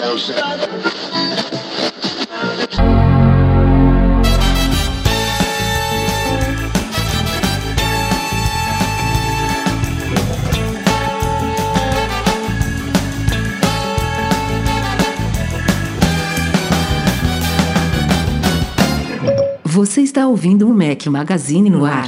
Você está ouvindo o Mac Magazine no ar.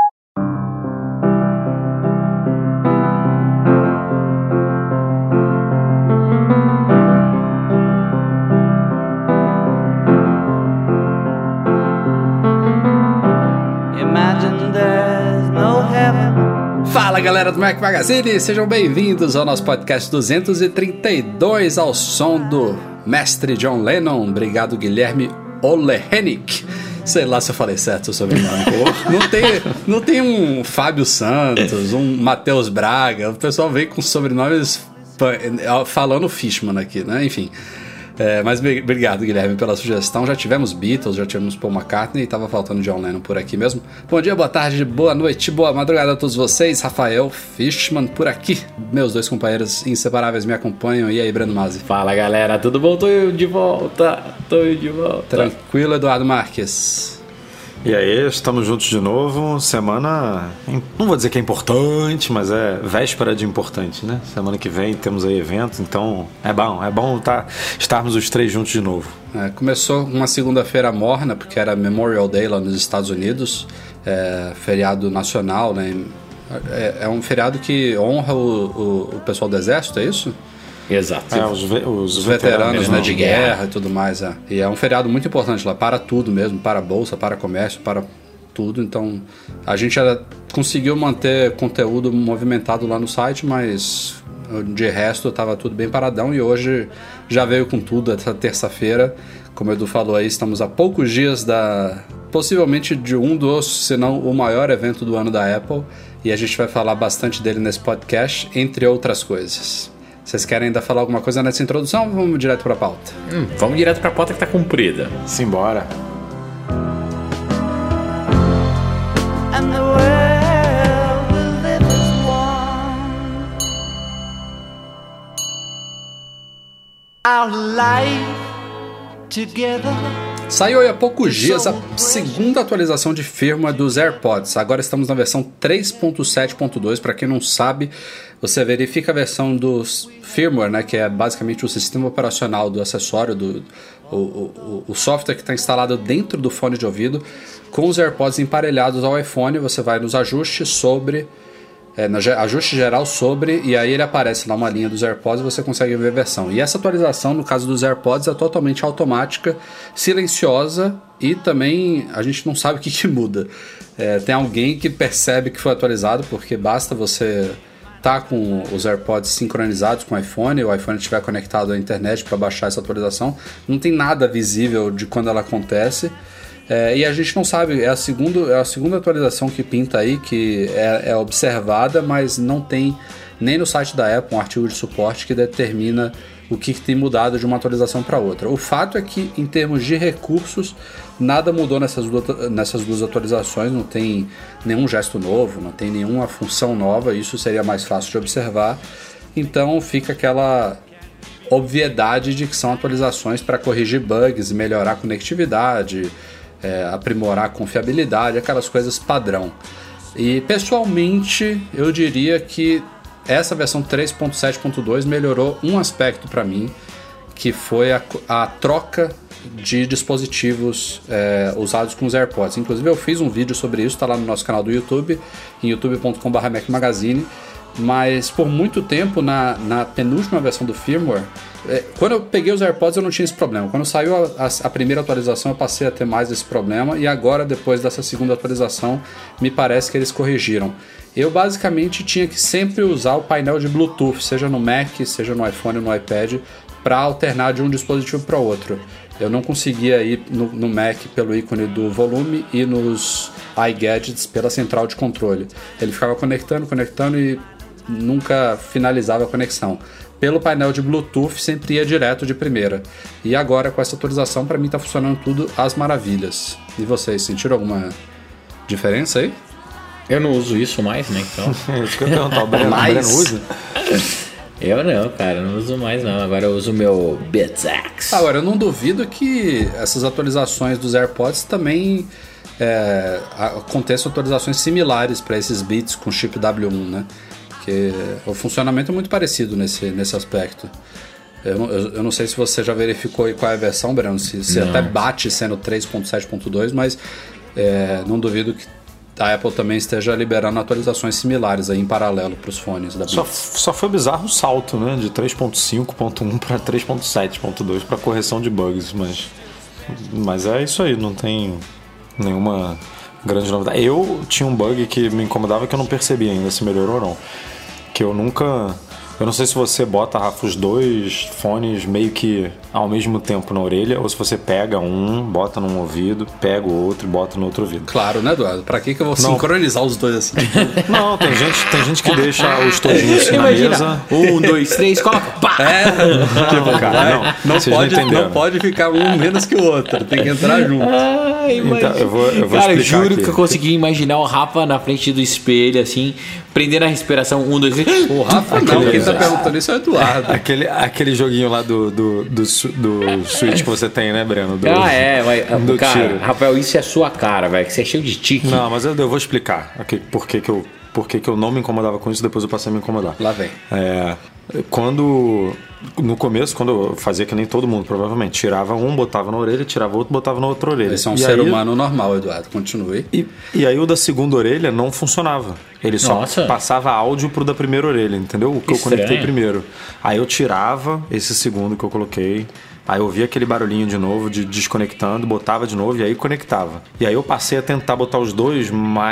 Fala galera do Mac Magazine, sejam bem-vindos ao nosso podcast 232 ao som do mestre John Lennon. Obrigado, Guilherme Olehenik. Sei lá se eu falei certo o sobrenome. Não tem um Fábio Santos, um Matheus Braga. O pessoal vem com sobrenomes falando Fishman aqui, né? Enfim. Mas obrigado, Guilherme, pela sugestão. Já tivemos Beatles, já tivemos Paul McCartney e tava faltando John Lennon por aqui mesmo. Bom dia, boa tarde, boa noite, boa madrugada a todos vocês. Rafael Fishman por aqui. Meus dois companheiros inseparáveis me acompanham. E aí, Breno Masi? Fala, galera, tudo bom? Tô de volta. Tranquilo, Eduardo Marques? E aí, estamos juntos de novo. Semana, não vou dizer que é importante, mas é véspera de importante, né? Semana que vem temos aí evento, então é bom estarmos os três juntos de novo. Começou uma segunda-feira morna, porque era Memorial Day lá nos Estados Unidos, feriado nacional, né? É um feriado que honra o pessoal do Exército, é isso? Exato. Os veteranos, né, de guerra e tudo mais. E é um feriado muito importante lá, para tudo mesmo, para a bolsa, para comércio, para tudo. Então a gente já conseguiu manter conteúdo movimentado lá no site, mas de resto estava tudo bem paradão. E hoje já veio com tudo essa terça-feira. Como o Edu falou aí, estamos a poucos dias possivelmente de um dos, se não o maior evento do ano da Apple. E a gente vai falar bastante dele nesse podcast, entre outras coisas. Vocês querem ainda falar alguma coisa nessa introdução ou vamos direto pra pauta? Vamos direto pra pauta que tá comprida. Simbora. And the world will live as one. Our life together. Saiu aí há poucos dias a segunda atualização de firmware dos AirPods. Agora estamos na versão 3.7.2. Para quem não sabe, você verifica a versão do firmware, né, que é basicamente o sistema operacional do acessório, o software que está instalado dentro do fone de ouvido, com os AirPods emparelhados ao iPhone. Você vai nos ajustes no ajuste geral sobre, e aí ele aparece lá uma linha dos AirPods e você consegue ver a versão. E essa atualização, no caso dos AirPods, é totalmente automática, silenciosa, e também a gente não sabe o que muda. Tem alguém que percebe que foi atualizado, porque basta você estar com os AirPods sincronizados com o iPhone estiver conectado à internet para baixar essa atualização. Não tem nada visível de quando ela acontece. E a gente não sabe, é a segunda atualização que pinta aí, que é observada, mas não tem nem no site da Apple um artigo de suporte que determina o que tem mudado de uma atualização para outra. O fato é que, em termos de recursos, nada mudou nessas duas atualizações, não tem nenhum gesto novo, não tem nenhuma função nova, isso seria mais fácil de observar. Então fica aquela obviedade de que são atualizações para corrigir bugs, melhorar a conectividade, aprimorar a confiabilidade, aquelas coisas padrão. E pessoalmente eu diria que essa versão 3.7.2 melhorou um aspecto para mim, que foi a troca de dispositivos usados com os AirPods. Inclusive eu fiz um vídeo sobre isso, está lá no nosso canal do YouTube, em youtube.com/Mac Magazine. Mas por muito tempo, na penúltima versão do firmware, quando eu peguei os AirPods eu não tinha esse problema. Quando saiu a primeira atualização eu passei a ter mais esse problema, e agora, depois dessa segunda atualização, me parece que eles corrigiram. Eu basicamente tinha que sempre usar o painel de Bluetooth, seja no Mac, seja no iPhone ou no iPad, para alternar de um dispositivo para outro. Eu não conseguia ir no Mac pelo ícone do volume e nos iGadgets pela central de controle. Ele ficava conectando e nunca finalizava a conexão. Pelo painel de Bluetooth sempre ia direto de primeira. E agora, com essa atualização, para mim tá funcionando tudo às maravilhas. E vocês, sentiram alguma diferença aí? Eu não uso isso mais, né? Então... Isso que eu ia perguntar, o Breno usa? Eu não, cara, não uso mais não. Agora eu uso o meu Beats X. Agora, eu não duvido que essas atualizações dos AirPods também aconteçam atualizações similares para esses Beats com chip W1, né? Que o funcionamento é muito parecido nesse aspecto. Eu não sei se você já verificou qual é a versão, Breno, se até bate sendo 3.7.2, mas não duvido que a Apple também esteja liberando atualizações similares aí em paralelo para os fones da Beats. Só foi bizarro o salto, né? De 3.5.1 para 3.7.2 para correção de bugs, mas é isso aí, não tem nenhuma grande novidade. Eu tinha um bug que me incomodava que eu não percebi ainda se melhorou ou não. Que eu não sei se você bota, Rafa, os dois fones meio que ao mesmo tempo na orelha, ou se você pega um, bota num ouvido, pega o outro e bota no outro ouvido. Claro, né, Eduardo? Pra que eu vou sincronizar os dois assim? Não, tem gente que deixa os tojinhos assim na mesa. 1, 2, 3, coloca. Pá! Tipo, cara, não pode ficar um menos que o outro, tem que entrar junto. Então, eu vou cara, eu juro aqui. que eu consegui imaginar o Rafa na frente do espelho, assim, prendendo a respiração. 1, 2, 3. O Rafa não, quem tá perguntando isso é o Eduardo. Aquele joguinho lá do Switch que você tem, né, Breno? Mas, cara, tiro. Rafael, isso é a sua cara, velho, que você é cheio de tique. Não, mas eu vou explicar por que eu não me incomodava com isso, depois eu passei a me incomodar. Lá vem. No começo, quando eu fazia que nem todo mundo, provavelmente, tirava um, botava na orelha, tirava outro, botava na outra orelha. Esse é um ser humano normal, Eduardo, continue. E aí o da segunda orelha não funcionava. Ele só passava áudio pro da primeira orelha, entendeu? O que eu conectei primeiro. Aí eu tirava esse segundo que eu coloquei. Aí eu ouvia aquele barulhinho de novo, de desconectando, botava de novo e aí conectava. E aí eu passei a tentar botar os dois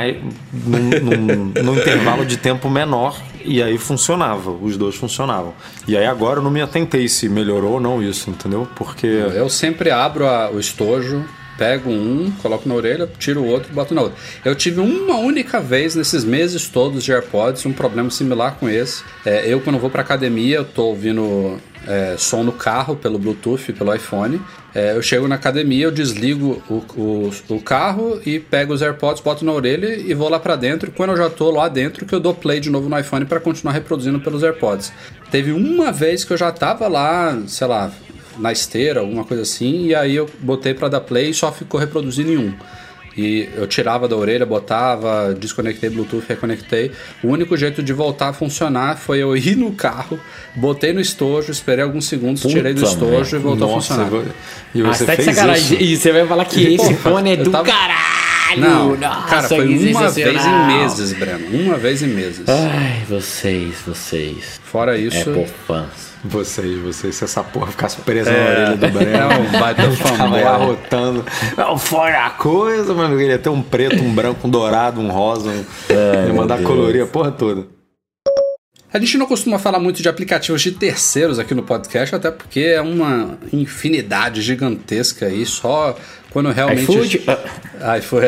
num intervalo de tempo menor e aí funcionava, os dois funcionavam. E aí agora eu não me atentei se melhorou ou não isso, entendeu? Porque... Eu sempre abro o estojo, pego um, coloco na orelha, tiro o outro e boto na outra. Eu tive uma única vez nesses meses todos de AirPods um problema similar com esse. Eu quando vou pra academia, eu tô ouvindo... som no carro pelo Bluetooth, pelo iPhone. Eu chego na academia, eu desligo o carro e pego os AirPods, boto na orelha e vou lá pra dentro. E quando eu já tô lá dentro, que eu dou play de novo no iPhone para continuar reproduzindo pelos AirPods. Teve uma vez que eu já tava lá, sei lá, na esteira, alguma coisa assim, e aí eu botei pra dar play e só ficou reproduzindo em um. E eu tirava da orelha, botava, desconectei Bluetooth, reconectei. O único jeito de voltar a funcionar foi eu ir no carro, botei no estojo, esperei alguns segundos, tirei do estojo e voltou a funcionar. E você tá de fez sacanagem. isso? E você vai falar que esse fone é do caralho. Não, nossa, cara, foi uma vez em sensacional. meses, Breno. Uma vez em meses. Ai, vocês. Fora isso... Apple fãs. Vocês, se essa porra ficasse presa na orelha do Breno, É um baita tava fanboy. arrotando. Não, fora a coisa, mano. Ele ia ter um preto, um branco, um dourado, um rosa. Ia mandar colorir a porra toda. A gente não costuma falar muito de aplicativos de terceiros aqui no podcast, até porque é uma infinidade gigantesca aí, só quando realmente... iFood? iFood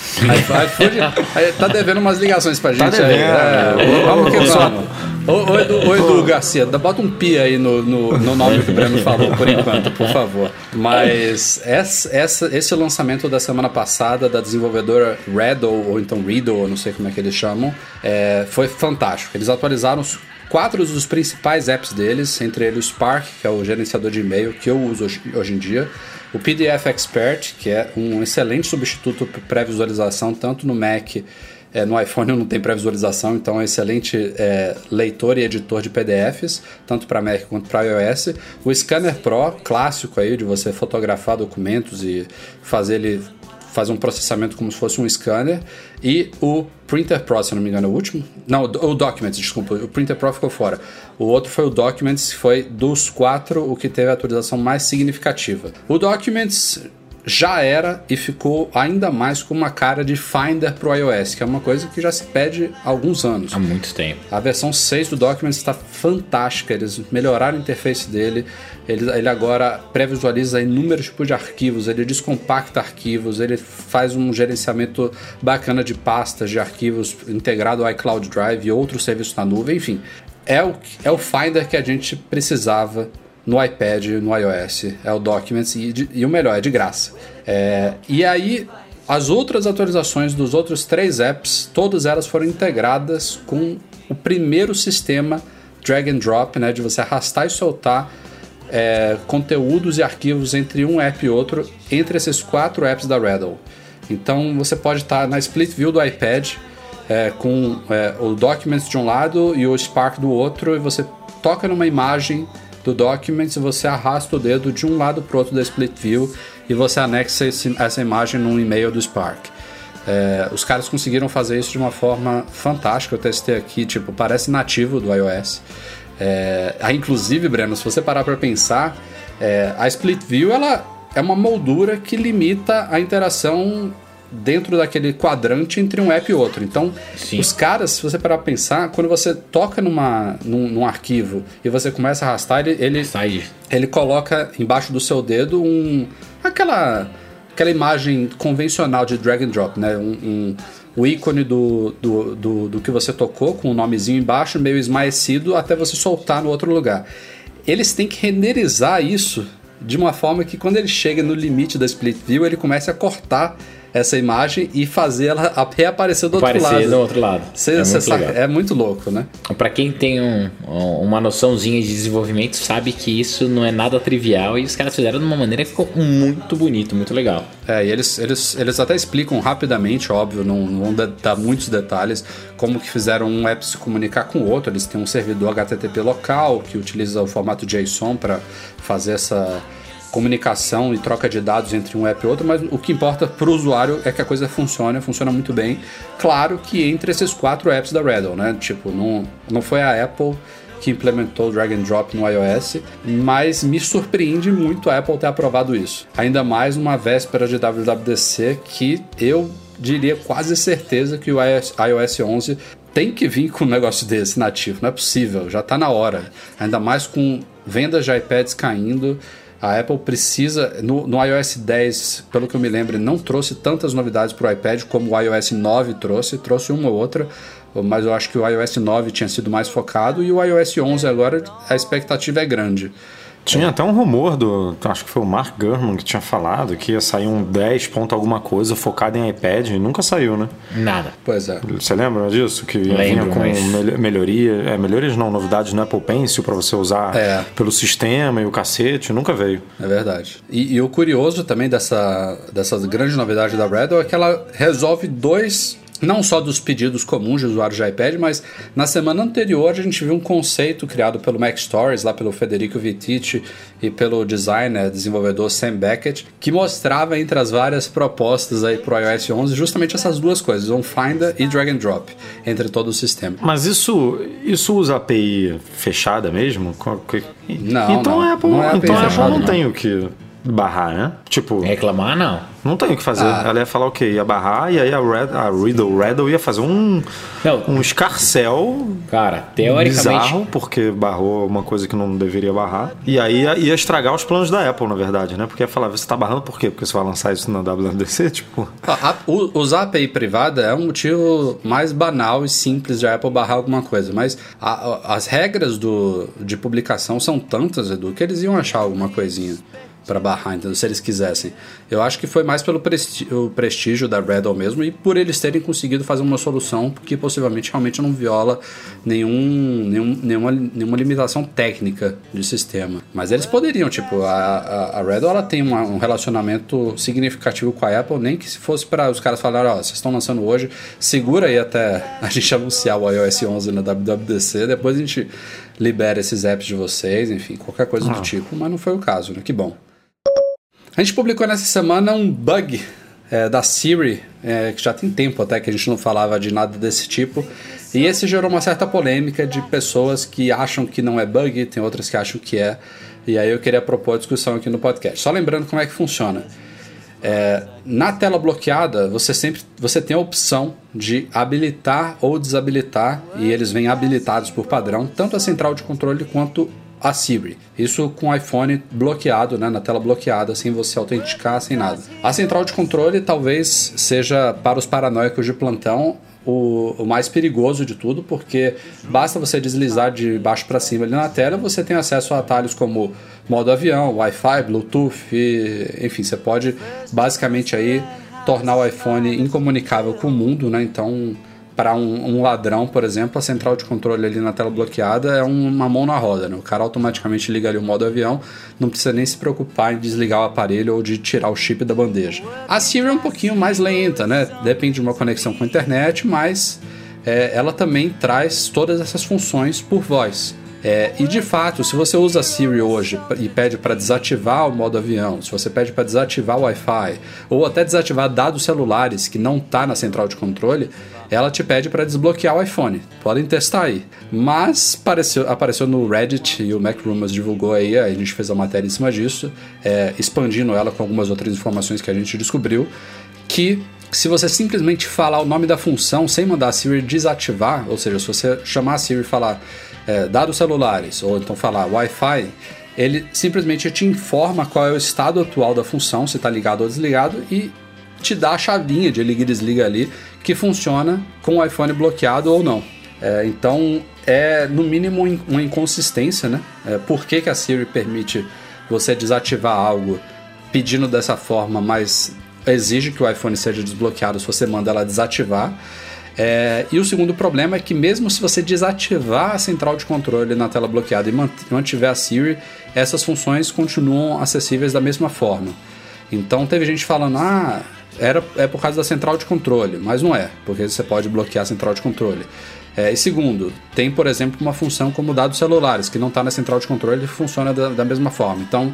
tá devendo umas ligações pra gente devendo. aí. Vamos que vamos. Ô Edu Garcia, bota um pi aí no nome que o Breno falou por enquanto, por favor. Mas esse lançamento da semana passada da desenvolvedora Redo, ou então Riddle, não sei como é que eles chamam, foi fantástico. Eles atualizaram 4 dos principais apps deles, entre eles o Spark, que é o gerenciador de e-mail que eu uso hoje em dia, o PDF Expert, que é um excelente substituto para pré-visualização, tanto no Mac, no iPhone não tem pré-visualização, então é um excelente leitor e editor de PDFs, tanto para Mac quanto para iOS. O Scanner Pro, clássico aí, de você fotografar documentos e fazer um processamento como se fosse um scanner. E o Printer Pro, se não me engano, é o último? Não, o Documents, desculpa. O Printer Pro ficou fora. O outro foi o Documents, que foi dos 4 o que teve a atualização mais significativa. O Documents já era e ficou ainda mais com uma cara de Finder pro iOS, que é uma coisa que já se pede há alguns anos. Há muito tempo. A versão 6 do Documents está fantástica, eles melhoraram a interface dele, ele agora pré-visualiza inúmeros tipos de arquivos, ele descompacta arquivos, ele faz um gerenciamento bacana de pastas, de arquivos integrado ao iCloud Drive e outros serviços na nuvem, enfim. É o Finder que a gente precisava no iPad, no iOS, é o Documents, e o melhor, é de graça. E aí, as outras atualizações dos outros 3 apps, todas elas foram integradas com o primeiro sistema drag and drop, né, de você arrastar e soltar conteúdos e arquivos entre um app e outro, entre esses 4 apps da Rattle. Então você pode estar na split view do iPad com o Documents de um lado e o Spark do outro, e você toca numa imagem do Documents e você arrasta o dedo de um lado para o outro da split view e você anexa essa imagem num e-mail do Spark. Os caras conseguiram fazer isso de uma forma fantástica. Eu testei aqui, parece nativo do iOS. Inclusive, Breno, se você parar para pensar, a split view ela é uma moldura que limita a interação dentro daquele quadrante entre um app e outro. Então, sim, os caras, se você parar pra pensar, quando você toca num arquivo e você começa a arrastar, ele coloca embaixo do seu dedo aquela imagem convencional de drag and drop, né? O ícone do que você tocou, com o nomezinho embaixo, meio esmaecido, até você soltar no outro lugar. Eles têm que renderizar isso de uma forma que, quando ele chega no limite da split view, ele começa a cortar essa imagem e fazer ela reaparecer do outro lado. É muito louco, né? Pra quem tem uma noçãozinha de desenvolvimento, sabe que isso não é nada trivial, e os caras fizeram de uma maneira que ficou muito bonito, muito legal. E eles até explicam rapidamente, óbvio, não vão dar muitos detalhes, como que fizeram um app se comunicar com o outro. Eles têm um servidor HTTP local que utiliza o formato JSON para fazer essa comunicação e troca de dados entre um app e outro, mas o que importa para o usuário é que a coisa funciona muito bem. Claro que entre esses 4 apps da Rattle, né? Não foi a Apple que implementou o drag and drop no iOS, mas me surpreende muito a Apple ter aprovado isso. Ainda mais numa véspera de WWDC, que eu diria quase certeza que o iOS 11 tem que vir com um negócio desse nativo. Não é possível, já está na hora. Ainda mais com vendas de iPads caindo. A Apple precisa, no iOS 10, pelo que eu me lembro, não trouxe tantas novidades para o iPad como o iOS 9 trouxe uma ou outra, mas eu acho que o iOS 9 tinha sido mais focado, e o iOS 11 agora a expectativa é grande. Tinha até um rumor acho que foi o Mark Gurman que tinha falado que ia sair um 10 ponto alguma coisa focado em iPad, e nunca saiu, né? Nada. Pois é. Você lembra disso? Que vinha com melhorias não, novidades no Apple Pencil para você usar pelo sistema e o cacete, nunca veio. É verdade. E o curioso também dessa grande novidade da Rattle é que ela resolve não só dos pedidos comuns de usuários de iPad, mas na semana anterior a gente viu um conceito criado pelo Mac Stories, lá pelo Federico Vittiti e pelo desenvolvedor Sam Beckett, que mostrava entre as várias propostas aí pro iOS 11 justamente essas duas coisas, on Finder e drag and drop, entre todo o sistema. Mas isso usa API fechada mesmo? Não, então não. A Apple não tem o que barrar, né? Reclamar, não. Não tem o que fazer. Ela ia falar o quê? Ia barrar, e aí a Rattle ia fazer um escarcel, cara, teoricamente bizarro, porque barrou uma coisa que não deveria barrar. E aí ia estragar os planos da Apple, na verdade, né? Porque ia falar, você tá barrando por quê? Porque você vai lançar isso na WWDC? Usar API privada é um motivo mais banal e simples de a Apple barrar alguma coisa, mas as regras de publicação são tantas, Edu, que eles iam achar alguma coisinha para barrar, entendeu? Se eles quisessem. Eu acho que foi mais pelo prestígio da Rattle mesmo, e por eles terem conseguido fazer uma solução que possivelmente realmente não viola nenhuma limitação técnica de sistema. Mas eles poderiam, a Rattle ela tem um relacionamento significativo com a Apple, nem que se fosse para os caras falarem, vocês estão lançando hoje, segura aí até a gente anunciar o iOS 11 na WWDC, depois a gente libera esses apps de vocês, enfim, qualquer coisa do tipo, mas não foi o caso, né? Que bom. A gente publicou nessa semana um bug da Siri, que já tem tempo até que a gente não falava de nada desse tipo, e esse gerou uma certa polêmica de pessoas que acham que não é bug, tem outras que acham que é, e aí eu queria propor a discussão aqui no podcast. Só lembrando como é que funciona. Na tela bloqueada, você tem a opção de habilitar ou desabilitar, e eles vêm habilitados por padrão, tanto a central de controle quanto a Siri. Isso com o iPhone bloqueado, né, na tela bloqueada, sem você autenticar, sem nada. A central de controle talvez seja, para os paranoicos de plantão, o mais perigoso de tudo, porque basta você deslizar de baixo para cima ali na tela, você tem acesso a atalhos como modo avião, Wi-Fi, Bluetooth, enfim, você pode basicamente aí tornar o iPhone incomunicável com o mundo, né? Então para um ladrão, por exemplo, a central de controle ali na tela bloqueada é uma mão na roda, né? O cara automaticamente liga ali o modo avião, não precisa nem se preocupar em desligar o aparelho ou de tirar o chip da bandeja. A Siri é um pouquinho mais lenta, né? Depende de uma conexão com a internet, mas ela também traz todas essas funções por voz. E de fato, se você usa a Siri hoje e pede para desativar o modo avião, se você pede para desativar o Wi-Fi, ou até desativar dados celulares que não está na central de controle, ela te pede para desbloquear o iPhone. Podem testar aí. Mas apareceu no Reddit e o Mac Rumors divulgou aí, a gente fez a matéria em cima disso, expandindo ela com algumas outras informações que a gente descobriu, que se você simplesmente falar o nome da função sem mandar a Siri desativar, ou seja, se você chamar a Siri e falar dados celulares, ou então falar Wi-Fi, ele simplesmente te informa qual é o estado atual da função, se está ligado ou desligado, e te dá a chavinha de liga e desliga ali, que funciona com o iPhone bloqueado ou não. Então, no mínimo uma inconsistência, né? Por que a Siri permite você desativar algo pedindo dessa forma, mas exige que o iPhone seja desbloqueado se você manda ela desativar? E o segundo problema é que mesmo se você desativar a central de controle na tela bloqueada e mantiver a Siri, essas funções continuam acessíveis da mesma forma. Então teve gente falando, é por causa da central de controle, mas não é, porque você pode bloquear a central de controle. E segundo, tem por exemplo uma função como dados celulares, que não está na central de controle e funciona da mesma forma. Então,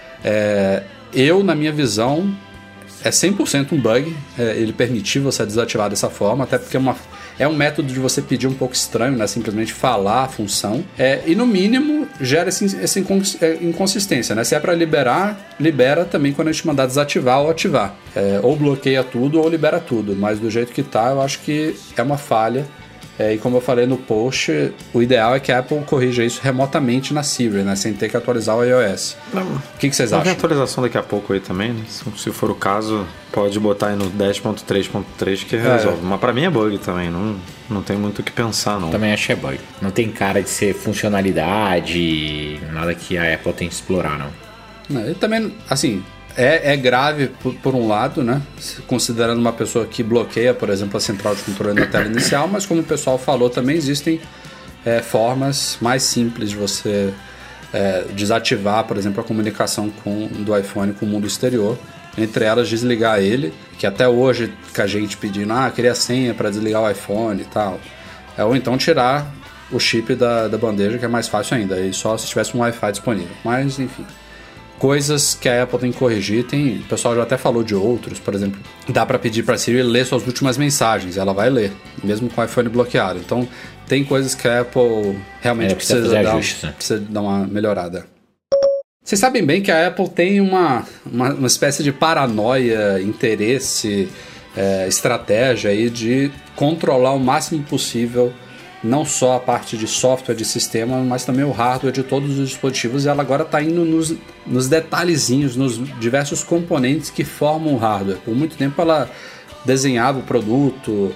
na minha visão, é 100% um bug, ele permitir você desativar dessa forma, até porque é um método de você pedir um pouco estranho, né? Simplesmente falar a função. E no mínimo gera essa inconsistência, né? Se é para liberar, libera também quando a gente mandar desativar ou ativar. Ou bloqueia tudo ou libera tudo, mas do jeito que tá, eu acho que é uma falha. E como eu falei no post, o ideal é que a Apple corrija isso remotamente na Siri, né? Sem ter que atualizar o iOS. O que vocês acham? Tem atualização daqui a pouco aí também, né? Se for o caso, pode botar aí no 10.3.3 que resolve. Mas pra mim é bug também, não tem muito o que pensar, não. Também acho que é bug. Não tem cara de ser funcionalidade, nada que a Apple tem que explorar, não. E também, assim, é grave por um lado, né? Considerando uma pessoa que bloqueia, por exemplo, a central de controle na tela inicial, mas como o pessoal falou, também existem formas mais simples de você desativar, por exemplo, a comunicação do iPhone com o mundo exterior. Entre elas, desligar ele, que até hoje fica a gente pedindo, queria senha para desligar o iPhone e tal. Ou então tirar o chip da bandeja, que é mais fácil ainda, e só se tivesse um Wi-Fi disponível. Mas, enfim, coisas que a Apple tem que corrigir. O pessoal já até falou de outros, por exemplo, dá para pedir para a Siri ler suas últimas mensagens, ela vai ler, mesmo com o iPhone bloqueado. Então, tem coisas que a Apple realmente precisa dar uma melhorada. Vocês sabem bem que a Apple tem uma espécie de paranoia, interesse, estratégia aí de controlar o máximo possível não só a parte de software de sistema, mas também o hardware de todos os dispositivos, e ela agora está indo nos detalhezinhos, nos diversos componentes que formam o hardware. Por muito tempo ela desenhava o produto,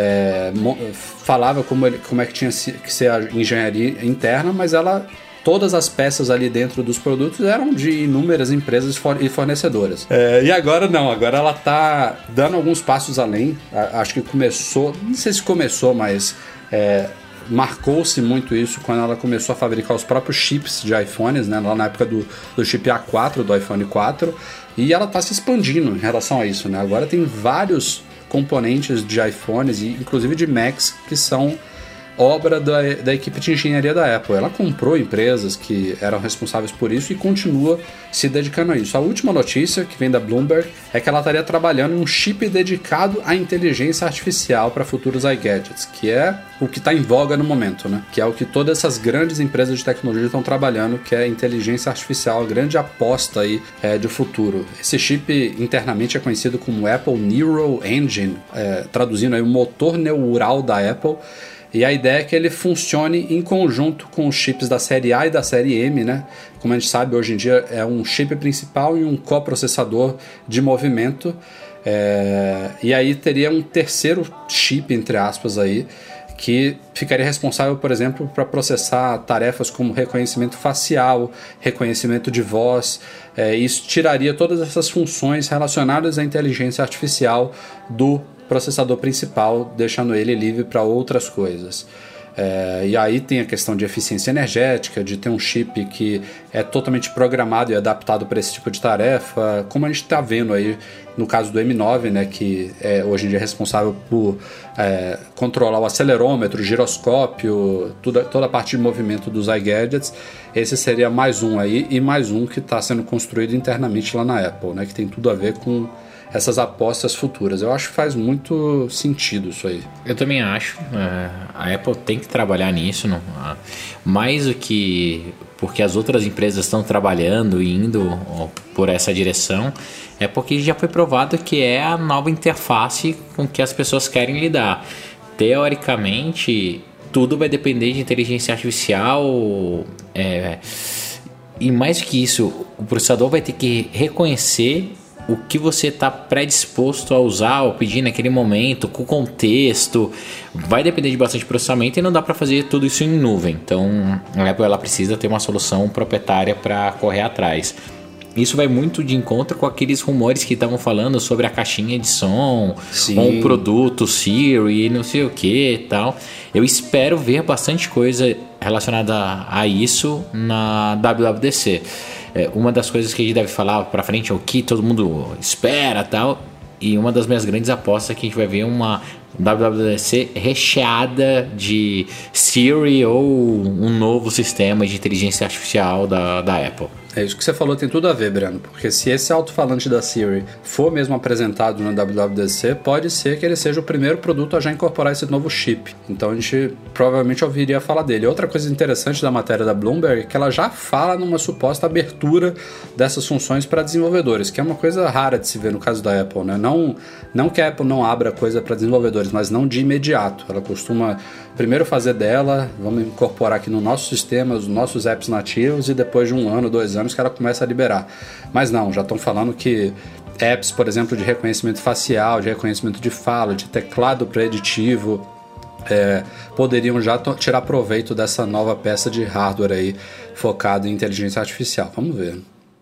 falava como é que tinha que ser a engenharia interna, mas todas as peças ali dentro dos produtos eram de inúmeras empresas e fornecedoras. E agora não, agora ela está dando alguns passos além. Acho que começou, não sei se começou, mas marcou-se muito isso quando ela começou a fabricar os próprios chips de iPhones, né, lá na época do chip A4, do iPhone 4, e ela está se expandindo em relação a isso, né? Agora tem vários componentes de iPhones e inclusive de Macs que são obra da equipe de engenharia da Apple. Ela comprou empresas que eram responsáveis por isso e continua se dedicando a isso. A última notícia, que vem da Bloomberg, é que ela estaria trabalhando em um chip dedicado à inteligência artificial para futuros iGadgets, que é o que está em voga no momento, né? Que é o que todas essas grandes empresas de tecnologia estão trabalhando, que é a inteligência artificial, a grande aposta aí de futuro. Esse chip internamente é conhecido como Apple Neural Engine, traduzindo aí o motor neural da Apple. E a ideia é que ele funcione em conjunto com os chips da série A e da série M, né? Como a gente sabe, hoje em dia é um chip principal e um coprocessador de movimento. E aí teria um terceiro chip, entre aspas, aí, que ficaria responsável, por exemplo, para processar tarefas como reconhecimento facial, reconhecimento de voz. Isso tiraria todas essas funções relacionadas à inteligência artificial do processador principal, deixando ele livre para outras coisas. E aí tem a questão de eficiência energética, de ter um chip que é totalmente programado e adaptado para esse tipo de tarefa, como a gente está vendo aí no caso do M9, né, que hoje em dia é responsável por controlar o acelerômetro, o giroscópio, toda a parte de movimento dos iGadgets. Esse seria mais um aí, e mais um que está sendo construído internamente lá na Apple, né, que tem tudo a ver com essas apostas futuras. Eu acho que faz muito sentido isso aí. Eu também acho. A Apple tem que trabalhar nisso, não? Mais do que porque as outras empresas estão trabalhando e indo por essa direção, é porque já foi provado que é a nova interface com que as pessoas querem lidar. Teoricamente, tudo vai depender de inteligência artificial, e mais que isso, o processador vai ter que reconhecer o que você está predisposto a usar ou pedir naquele momento, com o contexto. Vai depender de bastante processamento e não dá para fazer tudo isso em nuvem. Então a Apple precisa ter uma solução proprietária para correr atrás. Isso vai muito de encontro com aqueles rumores que estavam falando sobre a caixinha de som, com o produto Siri, não sei o que e tal. Eu espero ver bastante coisa relacionada a isso na WWDC. Uma das coisas que a gente deve falar pra frente é o que todo mundo espera e tal. E uma das minhas grandes apostas é que a gente vai ver uma WWDC recheada de Siri ou um novo sistema de inteligência artificial da Apple. É isso que você falou, tem tudo a ver, Breno, porque se esse alto-falante da Siri for mesmo apresentado na WWDC, pode ser que ele seja o primeiro produto a já incorporar esse novo chip. Então a gente provavelmente ouviria falar dele. Outra coisa interessante da matéria da Bloomberg é que ela já fala numa suposta abertura dessas funções para desenvolvedores, que é uma coisa rara de se ver no caso da Apple, né? Não que a Apple não abra coisa para desenvolvedores, mas não de imediato. Ela costuma primeiro fazer dela, vamos incorporar aqui no nosso sistema os nossos apps nativos, e depois de 1 ano, 2 anos que ela começa a liberar. Mas não, já estão falando que apps, por exemplo, de reconhecimento facial, de reconhecimento de fala, de teclado preditivo, poderiam já tirar proveito dessa nova peça de hardware aí focado em inteligência artificial. Vamos ver.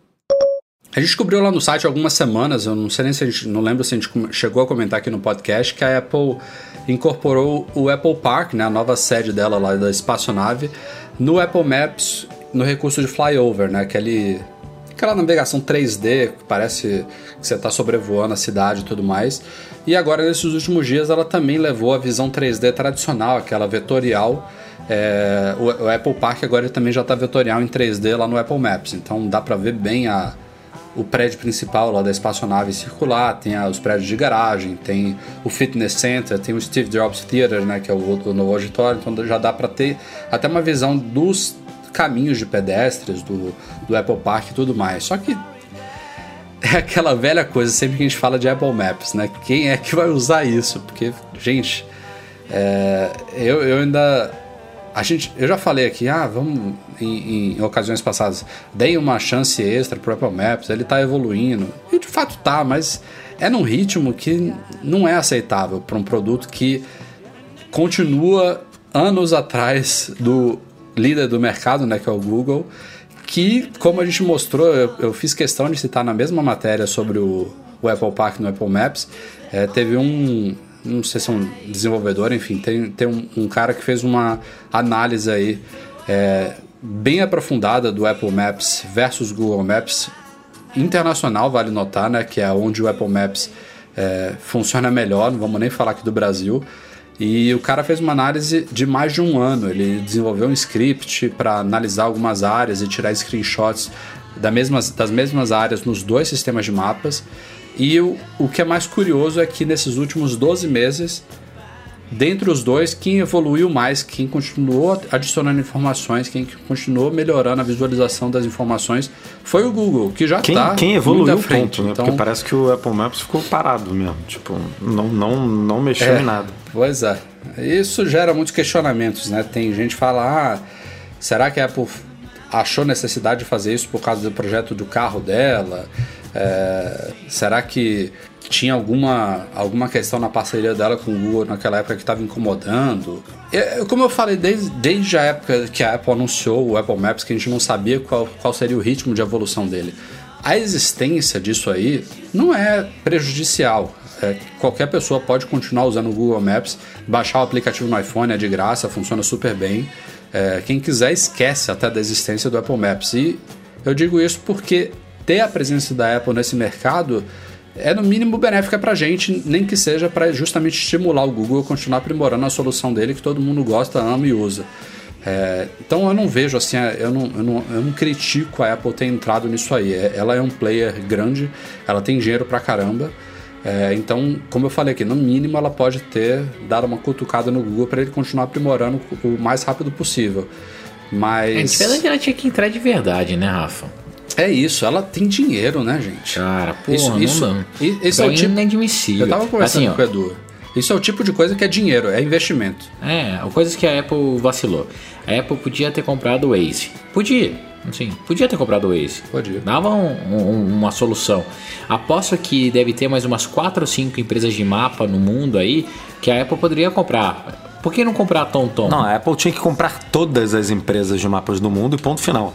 A gente descobriu lá no site há algumas semanas, eu não sei nem se a gente, não lembro se a gente chegou a comentar aqui no podcast, que a Apple incorporou o Apple Park, né, a nova sede dela lá da espaçonave, no Apple Maps, no recurso de flyover, né, aquela navegação 3D que parece que você está sobrevoando a cidade e tudo mais. E agora, nesses últimos dias, ela também levou a visão 3D tradicional, aquela vetorial. O Apple Park agora ele também já está vetorial em 3D lá no Apple Maps, então dá para ver bem o prédio principal lá da espaçonave circular, tem os prédios de garagem, tem o Fitness Center, tem o Steve Jobs Theater, né, que é o novo auditório, então já dá para ter até uma visão dos caminhos de pedestres do Apple Park e tudo mais. Só que é aquela velha coisa, sempre que a gente fala de Apple Maps, né, quem é que vai usar isso? Porque, gente, eu ainda... Eu já falei aqui, vamos em ocasiões passadas, dei uma chance extra pro Apple Maps, ele tá evoluindo, e de fato tá, mas é num ritmo que não é aceitável para um produto que continua anos atrás do líder do mercado, né, que é o Google, que, como a gente mostrou, eu fiz questão de citar na mesma matéria sobre o Apple Park no Apple Maps, teve não sei se é um desenvolvedor, enfim, tem um cara que fez uma análise aí bem aprofundada do Apple Maps versus Google Maps, internacional, vale notar, né, que é onde o Apple Maps funciona melhor, não vamos nem falar aqui do Brasil. E o cara fez uma análise de mais de 1 ano, ele desenvolveu um script para analisar algumas áreas e tirar screenshots das mesmas áreas nos 2 sistemas de mapas. E o que é mais curioso é que nesses últimos 12 meses, dentre os dois, quem evoluiu mais, quem continuou adicionando informações, quem continuou melhorando a visualização das informações, foi o Google, que já está quem evoluiu muito à frente. Né? Então, porque parece que o Apple Maps ficou parado mesmo, tipo, não mexeu em nada. Pois é, isso gera muitos questionamentos, né? Tem gente que fala, será que a Apple achou necessidade de fazer isso por causa do projeto do carro dela? Será que tinha alguma questão na parceria dela com o Google naquela época que estava incomodando? Como eu falei, desde a época que a Apple anunciou o Apple Maps, que a gente não sabia qual seria o ritmo de evolução dele. A existência disso aí não é prejudicial. qualquer pessoa pode continuar usando o Google Maps, baixar o aplicativo no iPhone, é de graça, funciona super bem. Quem quiser esquece até da existência do Apple Maps. E eu digo isso porque ter a presença da Apple nesse mercado é no mínimo benéfica pra gente, nem que seja para justamente estimular o Google a continuar aprimorando a solução dele que todo mundo gosta, ama e usa. Então eu não vejo assim, eu não critico a Apple ter entrado nisso aí. Ela é um player grande, ela tem dinheiro pra caramba. Então, como eu falei aqui, no mínimo ela pode ter dado uma cutucada no Google para ele continuar aprimorando o mais rápido possível. Mas... de verdade ela tinha que entrar de verdade, né, Rafa? É isso, ela tem dinheiro, né, gente? Cara, porra, isso é o tipo... inadmissível. Eu tava conversando assim, com o Edu. Isso é o tipo de coisa que é dinheiro, é investimento. Coisas que a Apple vacilou. A Apple podia ter comprado o Waze. Podia ter comprado o Waze. Podia. Dava uma solução. Aposto que deve ter mais umas 4 ou 5 empresas de mapa no mundo aí que a Apple poderia comprar. Por que não comprar a TomTom? Não, a Apple tinha que comprar todas as empresas de mapas do mundo e ponto final.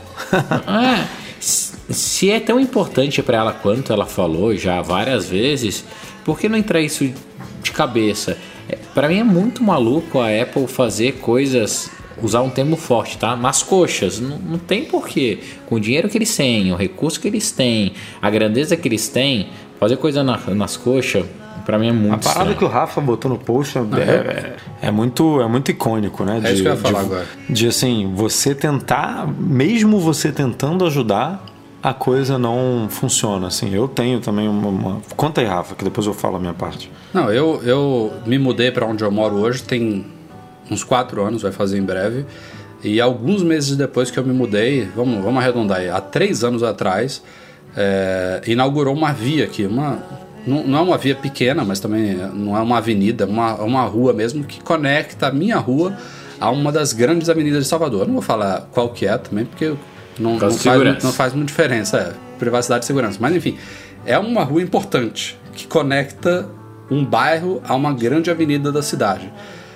Se é tão importante para ela quanto ela falou já várias vezes, por que não entrar isso de cabeça? Para mim é muito maluco a Apple fazer coisas, usar um termo forte, tá? Nas coxas, não tem porquê. Com o dinheiro que eles têm, o recurso que eles têm, a grandeza que eles têm, fazer coisa nas coxas, pra mim é muito A parada estranho. que o Rafa botou no post é muito icônico, né? É isso que eu ia falar agora. De assim, você tentar, mesmo você tentando ajudar, a coisa não funciona, assim. Eu tenho também uma... Conta aí, Rafa, que depois eu falo a minha parte. Não, eu me mudei para onde eu moro hoje, tem uns 4 anos, vai fazer em breve. E alguns meses depois que eu me mudei, vamos arredondar aí, há 3 anos atrás, inaugurou uma via aqui, não é uma via pequena, mas também não é uma avenida, uma rua mesmo, que conecta a minha rua a uma das grandes avenidas de Salvador. Eu não vou falar qual que é também, porque não faz muita diferença, privacidade e segurança. Mas enfim, é uma rua importante que conecta um bairro a uma grande avenida da cidade.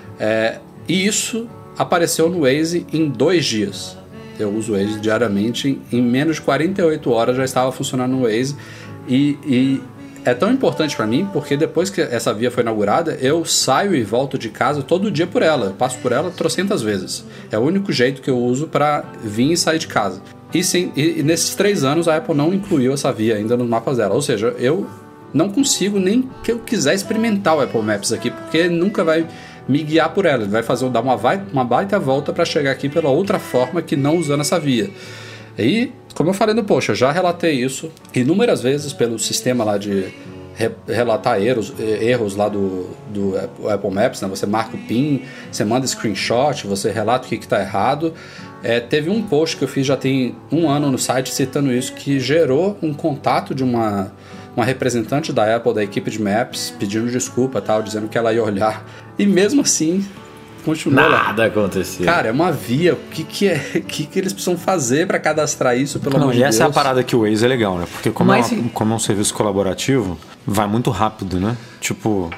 E isso apareceu no Waze em 2 dias. Eu uso o Waze diariamente, em menos de 48 horas já estava funcionando no Waze. E é tão importante para mim porque depois que essa via foi inaugurada, eu saio e volto de casa todo dia por ela. Eu passo por ela trocentas vezes. É o único jeito que eu uso para vir e sair de casa. E nesses 3 anos a Apple não incluiu essa via ainda nos mapas dela. Ou seja, eu não consigo nem que eu quiser experimentar o Apple Maps aqui, porque nunca vai me guiar por ela. Ele vai dar uma baita volta para chegar aqui pela outra forma que não usando essa via. E, como eu falei no post, eu já relatei isso inúmeras vezes pelo sistema lá de relatar erros lá do Apple Maps, né? Você marca o PIN, você manda screenshot, você relata o que está errado. Teve um post que eu fiz já tem 1 ano no site citando isso, que gerou um contato de uma representante da Apple, da equipe de Maps, pedindo desculpa, tal, dizendo que ela ia olhar. E mesmo assim, continuou lá. Nada aconteceu. Cara, é uma via. O que eles precisam fazer para cadastrar isso, pelo amor de Deus? E essa é a parada que o Waze é legal, né? Porque como é um serviço colaborativo, vai muito rápido, né? Tipo,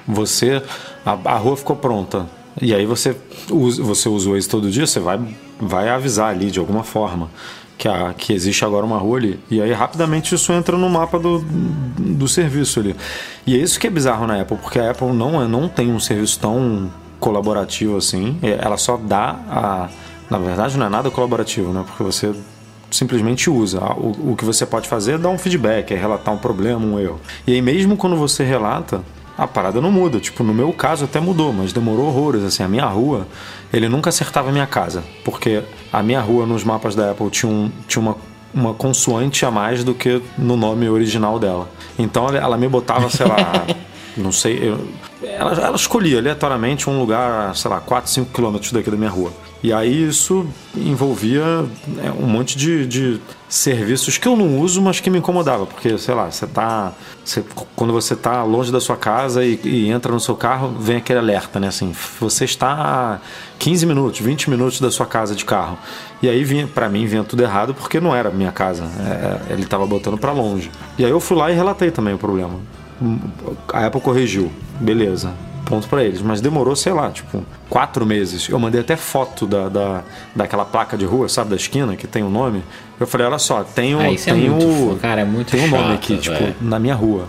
a rua ficou pronta. E aí você usa o Waze todo dia, você vai avisar ali de alguma forma que existe agora uma rua ali. E aí rapidamente isso entra no mapa do serviço ali. E é isso que é bizarro na Apple, porque a Apple não tem um serviço tão colaborativo assim. Ela só dá na verdade não é nada colaborativo, né? Porque você simplesmente usa. O que você pode fazer é dar um feedback, é relatar um problema, um erro. E aí mesmo quando você relata, a parada não muda. Tipo, no meu caso até mudou, mas demorou horrores. Assim, a minha rua, ele nunca acertava a minha casa, porque a minha rua nos mapas da Apple tinha uma consoante a mais do que no nome original dela. Então ela me botava, sei lá, não sei, ela escolhia aleatoriamente um lugar, sei lá, 4, 5 quilômetros daqui da minha rua. E aí isso envolvia um monte de serviços que eu não uso, mas que me incomodava, porque, sei lá, quando você está longe da sua casa e entra no seu carro, vem aquele alerta, né? Assim, você está a 15 minutos, 20 minutos da sua casa de carro. E aí, pra mim, vinha tudo errado, porque não era minha casa. Ele estava botando para longe. E aí eu fui lá e relatei também o problema. A Apple corrigiu, beleza, ponto pra eles, mas demorou, sei lá, tipo 4 meses. Eu mandei até foto daquela placa de rua, sabe, da esquina que tem o nome. Eu falei, olha só, tem um nome aqui, tipo, na minha rua.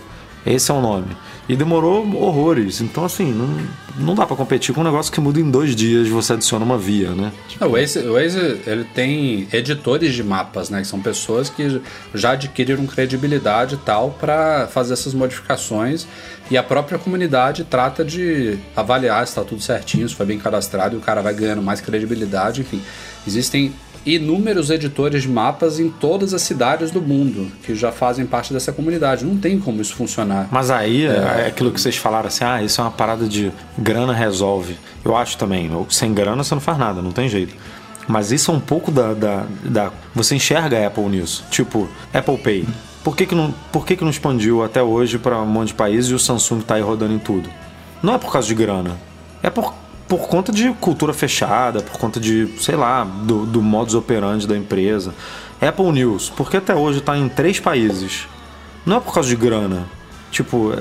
Esse é o nome. E demorou horrores. Então, assim, não dá pra competir com um negócio que muda em 2 dias, você adiciona uma via, né? O Waze, ele tem editores de mapas, né? Que são pessoas que já adquiriram credibilidade e tal para fazer essas modificações. E a própria comunidade trata de avaliar se está tudo certinho, se foi bem cadastrado, e o cara vai ganhando mais credibilidade. Enfim, existem inúmeros editores de mapas em todas as cidades do mundo que já fazem parte dessa comunidade. Não tem como isso funcionar. Mas aí é aquilo que vocês falaram assim, isso é uma parada de grana resolve. Eu acho também, sem grana você não faz nada, não tem jeito. Mas isso é um pouco da você enxerga a Apple nisso. Tipo, Apple Pay. Por que não expandiu até hoje para um monte de países e o Samsung tá aí rodando em tudo? Não é por causa de grana. É por conta de cultura fechada, por conta de, sei lá, do modus operandi da empresa. Apple News, porque até hoje está em 3 países. Não é por causa de grana. Tipo,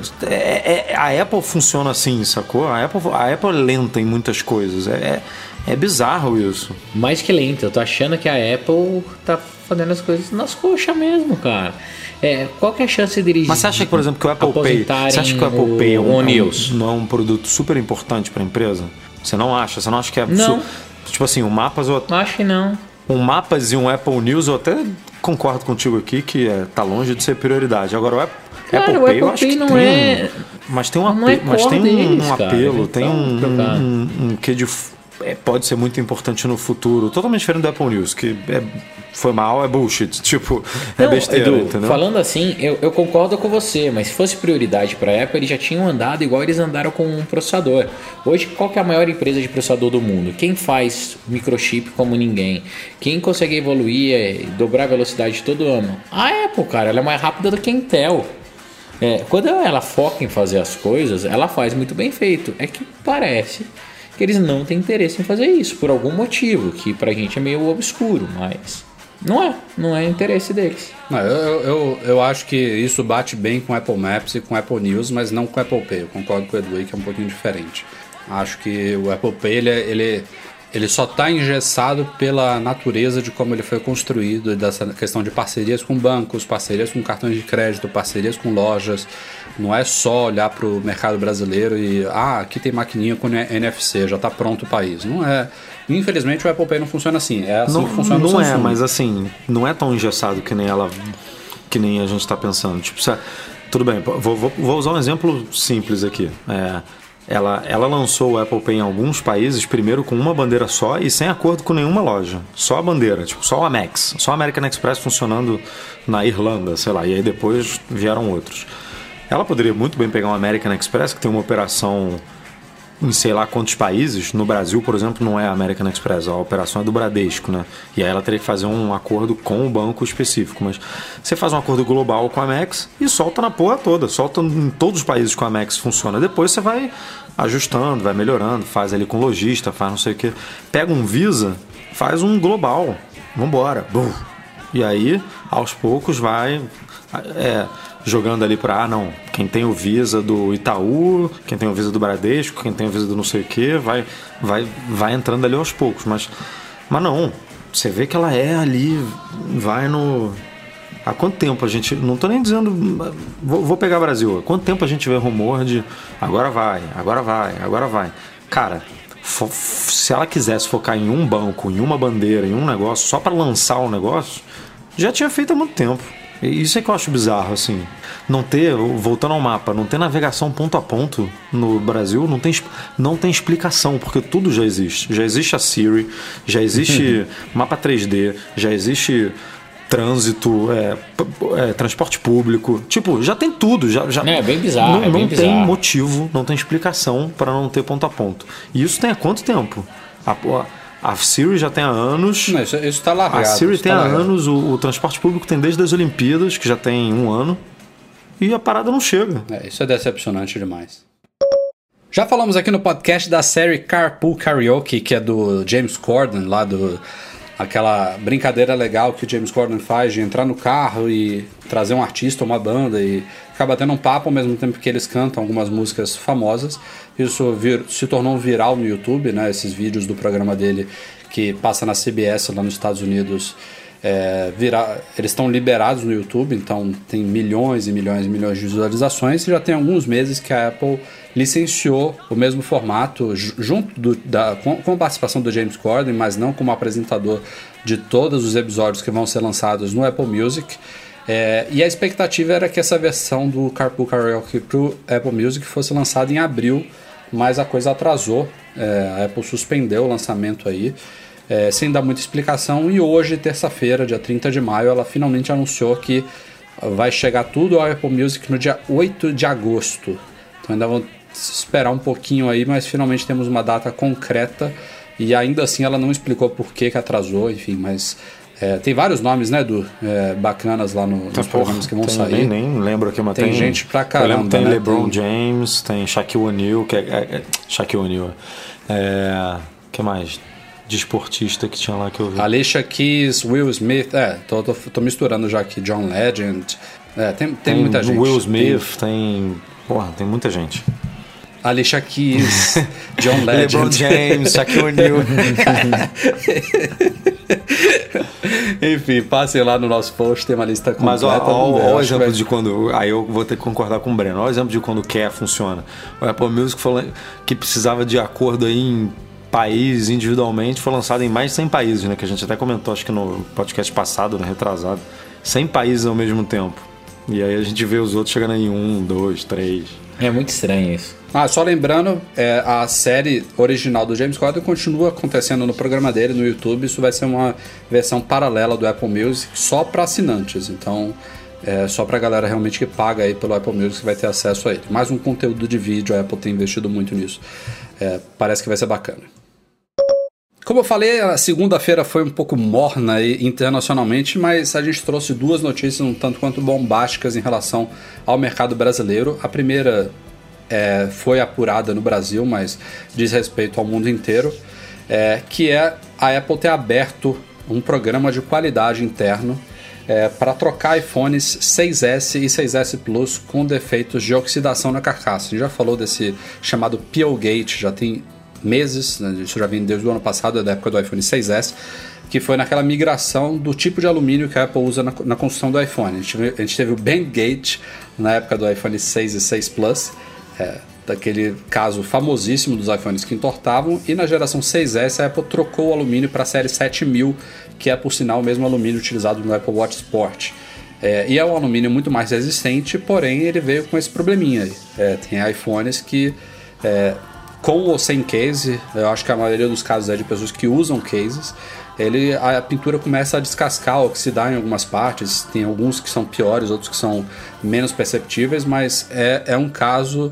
a Apple funciona assim, sacou? A Apple é lenta em muitas coisas. É bizarro isso. Mais que lenta, eu tô achando que a Apple tá fazendo as coisas nas coxas mesmo, cara. Qual que é a chance de dirigir? Mas você acha que, por exemplo, que o Apple Pay, você acha que o Apple Pay não é um produto super importante para a empresa? Você não acha? Você não acha que é... Não. Tipo assim, o Mapas... Acho que não. Um Mapas e um Apple News, eu até concordo contigo aqui que tá longe de ser prioridade. Agora, o Apple Pay, eu acho que não tem... Mas tem um apelo, tem um que de... pode ser muito importante no futuro. Totalmente diferente do Apple News, que foi mal, é bullshit. Tipo, é besteira, Edu, entendeu? Falando assim, eu concordo com você, mas se fosse prioridade para a Apple, eles já tinham andado igual eles andaram com um processador. Hoje, qual que é a maior empresa de processador do mundo? Quem faz microchip como ninguém? Quem consegue evoluir, dobrar a velocidade todo ano? A Apple, cara, ela é mais rápida do que a Intel. Quando ela foca em fazer as coisas, ela faz muito bem feito. É que parece que eles não têm interesse em fazer isso, por algum motivo, que pra gente é meio obscuro, mas não é interesse deles. Não, eu acho que isso bate bem com Apple Maps e com Apple News, mas não com Apple Pay. Eu concordo com o Edu aí que é um pouquinho diferente. Acho que o Apple Pay, ele só está engessado pela natureza de como ele foi construído, dessa questão de parcerias com bancos, parcerias com cartões de crédito, parcerias com lojas. Não é só olhar para o mercado brasileiro e aqui tem maquininha com NFC, já está pronto o país. Não é. Infelizmente o Apple Pay não funciona assim. É assim que funciona no Samsung. Mas assim, não é tão engessado que nem a gente está pensando. Tipo, tudo bem, vou usar um exemplo simples aqui. Ela lançou o Apple Pay em alguns países, primeiro com uma bandeira só e sem acordo com nenhuma loja. Só a bandeira, tipo, só o Amex. Só a American Express funcionando na Irlanda, sei lá. E aí depois vieram outros. Ela poderia muito bem pegar uma American Express, que tem uma operação em sei lá quantos países. No Brasil, por exemplo, não é a American Express, a operação é do Bradesco, né? E aí ela teria que fazer um acordo com o banco específico. Mas você faz um acordo global com a Amex e solta na porra toda. Solta em todos os países que a Amex funciona. Depois você vai ajustando, vai melhorando, faz ali com lojista, faz não sei o que. Pega um Visa, faz um global. Vambora. Bum. E aí, aos poucos, vai... jogando ali para quem tem o Visa do Itaú, quem tem o Visa do Bradesco, quem tem o Visa do não sei o que, vai entrando ali aos poucos, mas não, você vê que ela vai há quanto tempo a gente, não tô nem dizendo, vou pegar Brasil, há quanto tempo a gente vê rumor de agora vai, cara, se ela quisesse focar em um banco, em uma bandeira, em um negócio, só para lançar um negócio, já tinha feito há muito tempo. Isso é que eu acho bizarro, assim. Não ter, voltando ao mapa, não ter navegação ponto a ponto no Brasil não tem explicação, porque tudo já existe. Já existe a Siri, já existe mapa 3D, já existe trânsito, transporte público. Tipo, já tem tudo. Já é bem bizarro. Não tem bizarro. Motivo, não tem explicação para não ter ponto a ponto. E isso tem há quanto tempo? A Siri já tem há anos. Não, isso está largado. A Siri tem há anos, o transporte público tem desde as Olimpíadas, que já tem 1 ano, e a parada não chega. Isso é decepcionante demais. Já falamos aqui no podcast da série Carpool Karaoke, que é do James Corden, lá aquela brincadeira legal que o James Corden faz de entrar no carro e trazer um artista, uma banda e ficar batendo um papo ao mesmo tempo que eles cantam algumas músicas famosas. Isso se tornou viral no YouTube, né? Esses vídeos do programa dele que passa na CBS lá nos Estados Unidos eles estão liberados no YouTube, então tem milhões e milhões e milhões de visualizações, e já tem alguns meses que a Apple licenciou o mesmo formato junto com a participação do James Corden, mas não como apresentador de todos os episódios que vão ser lançados no Apple Music. E a expectativa era que essa versão do Carpool Karaoke para o Apple Music fosse lançada em abril, mas a coisa atrasou. A Apple suspendeu o lançamento aí, sem dar muita explicação, e hoje, terça-feira, dia 30 de maio, ela finalmente anunciou que vai chegar tudo ao Apple Music no dia 8 de agosto. Então ainda vão esperar um pouquinho aí, mas finalmente temos uma data concreta, e ainda assim ela não explicou por que atrasou, enfim, mas tem vários nomes, né, bacanas lá nos programas que vão sair. Nem lembro aqui, mas tem gente pra caramba. Tem, né? LeBron James, tem Shaquille O'Neal, Shaquille O'Neal. Que mais? De esportista que tinha lá que eu vi. Alicia Keys, Will Smith, tô misturando já aqui, John Legend. Tem muita gente. Will Smith, tem muita gente. Alicia Keys, John Legend. LeBron James, Shaquille O'Neal. Enfim, passem lá no nosso post, tem uma lista completa. Mas olha o exemplo de quando... Aí eu vou ter que concordar com o Breno. Olha o exemplo de quando funciona. O Apple Music falou que precisava de acordo aí em países individualmente, foi lançado em mais de 100 países, né? Que a gente até comentou, acho que no podcast passado, né? Retrasado. 100 países ao mesmo tempo. E aí a gente vê os outros chegando em 1, 2, 3... É muito estranho isso. Só lembrando, a série original do James Corden continua acontecendo no programa dele, no YouTube. Isso vai ser uma versão paralela do Apple Music, só para assinantes. Então, só para a galera realmente que paga aí pelo Apple Music vai ter acesso a ele. Mais um conteúdo de vídeo, a Apple tem investido muito nisso. Parece que vai ser bacana. Como eu falei, a segunda-feira foi um pouco morna aí internacionalmente, mas a gente trouxe duas notícias um tanto quanto bombásticas em relação ao mercado brasileiro. A primeira foi apurada no Brasil, mas diz respeito ao mundo inteiro, que é a Apple ter aberto um programa de qualidade interno para trocar iPhones 6S e 6S Plus com defeitos de oxidação na carcaça. A gente já falou desse chamado Peelgate, já tem meses, né? Isso já vem desde o ano passado, da época do iPhone 6S, que foi naquela migração do tipo de alumínio que a Apple usa na construção do iPhone. A gente teve o Bendgate na época do iPhone 6 e 6 Plus, daquele caso famosíssimo dos iPhones que entortavam, e na geração 6S a Apple trocou o alumínio para a série 7000, que é por sinal o mesmo alumínio utilizado no Apple Watch Sport. E é um alumínio muito mais resistente, porém ele veio com esse probleminha aí. Tem iPhones que... com ou sem case, eu acho que a maioria dos casos é de pessoas que usam cases, a pintura começa a descascar, oxidar em algumas partes. Tem alguns que são piores, outros que são menos perceptíveis, mas é um caso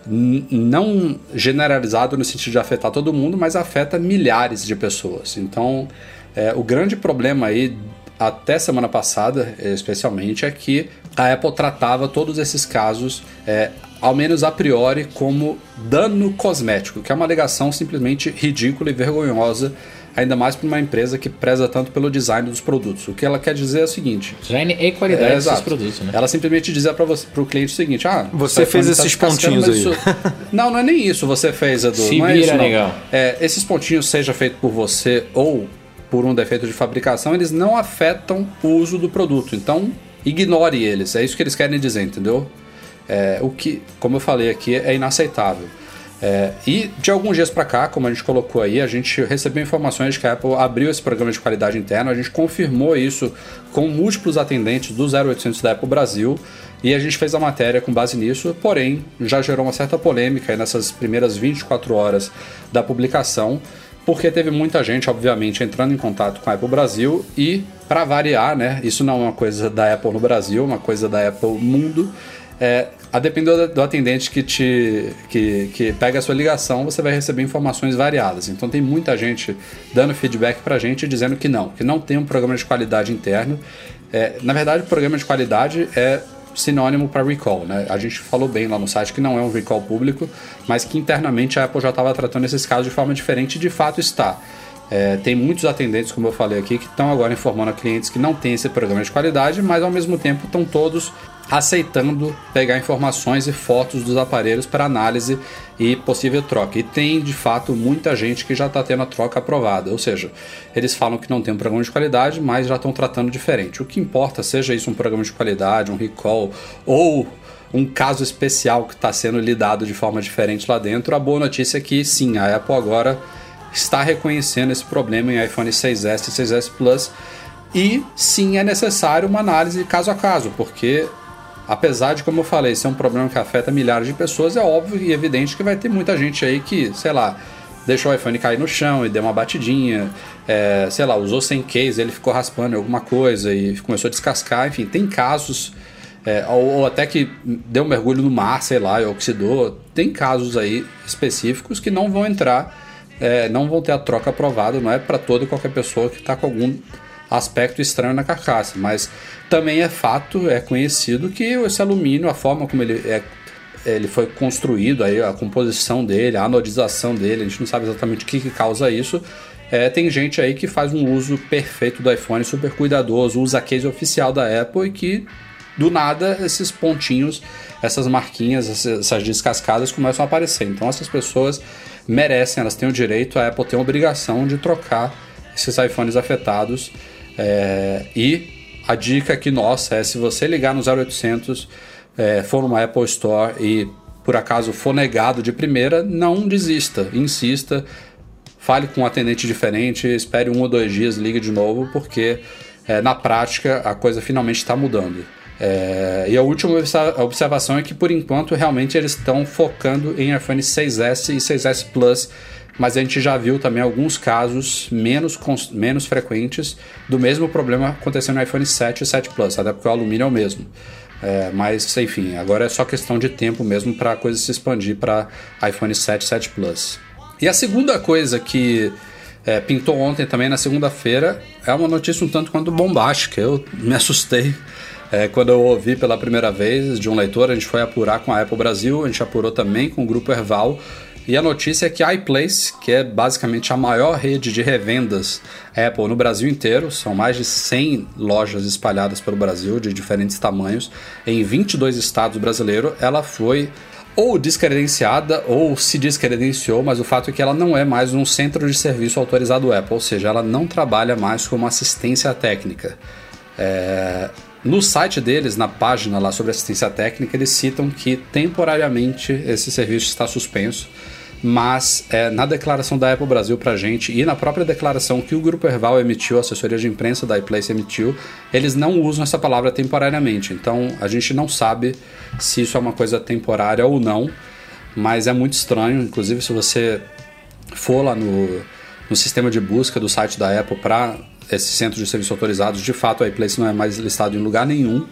não generalizado no sentido de afetar todo mundo, mas afeta milhares de pessoas. Então, o grande problema aí, até semana passada especialmente, é que a Apple tratava todos esses casos, ao menos a priori, como dano cosmético, que é uma alegação simplesmente ridícula e vergonhosa, ainda mais para uma empresa que preza tanto pelo design dos produtos. O que ela quer dizer é o seguinte... Design e qualidade dos produtos, né? Ela simplesmente dizer para o cliente o seguinte... você fez esses pontinhos aí. Não é nem isso você fez, Edu. Se não vira, é isso, não. legal. Esses pontinhos, seja feito por você ou por um defeito de fabricação, eles não afetam o uso do produto. Então, ignore eles. É isso que eles querem dizer, entendeu? O que, como eu falei aqui, é inaceitável. E de alguns dias para cá, como a gente colocou aí, a gente recebeu informações de que a Apple abriu esse programa de qualidade interna. A gente confirmou isso com múltiplos atendentes do 0800 da Apple Brasil, e a gente fez a matéria com base nisso, porém já gerou uma certa polêmica aí nessas primeiras 24 horas da publicação, porque teve muita gente, obviamente, entrando em contato com a Apple Brasil e, para variar, né, isso não é uma coisa da Apple no Brasil, é uma coisa da Apple mundo. A depender do atendente que pega a sua ligação, você vai receber informações variadas. Então tem muita gente dando feedback pra gente dizendo que não tem um programa de qualidade interno. Na verdade, o programa de qualidade é sinônimo para recall, né? A gente falou bem lá no site que não é um recall público, mas que internamente a Apple já estava tratando esses casos de forma diferente, e de fato está. Tem muitos atendentes, como eu falei aqui, que estão agora informando a clientes que não tem esse programa de qualidade, mas ao mesmo tempo estão todos aceitando pegar informações e fotos dos aparelhos para análise e possível troca. E tem, de fato, muita gente que já está tendo a troca aprovada. Ou seja, eles falam que não tem um programa de qualidade, mas já estão tratando diferente. O que importa, seja isso um programa de qualidade, um recall ou um caso especial que está sendo lidado de forma diferente lá dentro, a boa notícia é que sim, a Apple agora está reconhecendo esse problema em iPhone 6S e 6S Plus. E sim, é necessário uma análise caso a caso, porque apesar de, como eu falei, ser um problema que afeta milhares de pessoas, é óbvio e evidente que vai ter muita gente aí que, sei lá, deixou o iPhone cair no chão e deu uma batidinha, sei lá, usou sem case, ele ficou raspando alguma coisa e começou a descascar, enfim, tem casos, ou até que deu um mergulho no mar, sei lá, e oxidou, tem casos aí específicos que não vão entrar, não vão ter a troca aprovada, não é para toda e qualquer pessoa que está com algum aspecto estranho na carcaça, mas também é fato, é conhecido que esse alumínio, a forma como ele foi construído, aí, a composição dele, a anodização dele, a gente não sabe exatamente o que causa isso. Tem gente aí que faz um uso perfeito do iPhone, super cuidadoso, usa a case oficial da Apple e que do nada esses pontinhos, essas marquinhas, essas descascadas começam a aparecer. Então essas pessoas merecem, elas têm o direito, a Apple tem a obrigação de trocar esses iPhones afetados. E a dica aqui nossa é, se você ligar no 0800, for numa Apple Store e por acaso for negado de primeira, não desista, insista, fale com um atendente diferente, espere 1 ou 2 dias, ligue de novo, porque na prática a coisa finalmente está mudando. E a última observação é que por enquanto realmente eles estão focando em iPhone 6S e 6S Plus, mas a gente já viu também alguns casos menos frequentes do mesmo problema acontecendo no iPhone 7 e 7 Plus, até porque o alumínio é o mesmo. Mas, enfim, agora é só questão de tempo mesmo para a coisa se expandir para iPhone 7 e 7 Plus. E a segunda coisa que pintou ontem também, na segunda-feira, é uma notícia um tanto quanto bombástica. Eu me assustei quando eu ouvi pela primeira vez de um leitor. A gente foi apurar com a Apple Brasil, a gente apurou também com o Grupo Erval. E a notícia é que a iPlace, que é basicamente a maior rede de revendas Apple no Brasil inteiro, são mais de 100 lojas espalhadas pelo Brasil, de diferentes tamanhos, em 22 estados brasileiros, ela foi ou descredenciada ou se descredenciou, mas o fato é que ela não é mais um centro de serviço autorizado Apple, ou seja, ela não trabalha mais como assistência técnica. No site deles, na página lá sobre assistência técnica, eles citam que temporariamente esse serviço está suspenso, mas na declaração da Apple Brasil pra gente e na própria declaração que o Grupo Erval emitiu, a assessoria de imprensa da iPlace emitiu, eles não usam essa palavra temporariamente. Então a gente não sabe se isso é uma coisa temporária ou não, mas é muito estranho. Inclusive, se você for lá no sistema de busca do site da Apple para esses centros de serviço autorizados, de fato a iPlace não é mais listado em lugar nenhum.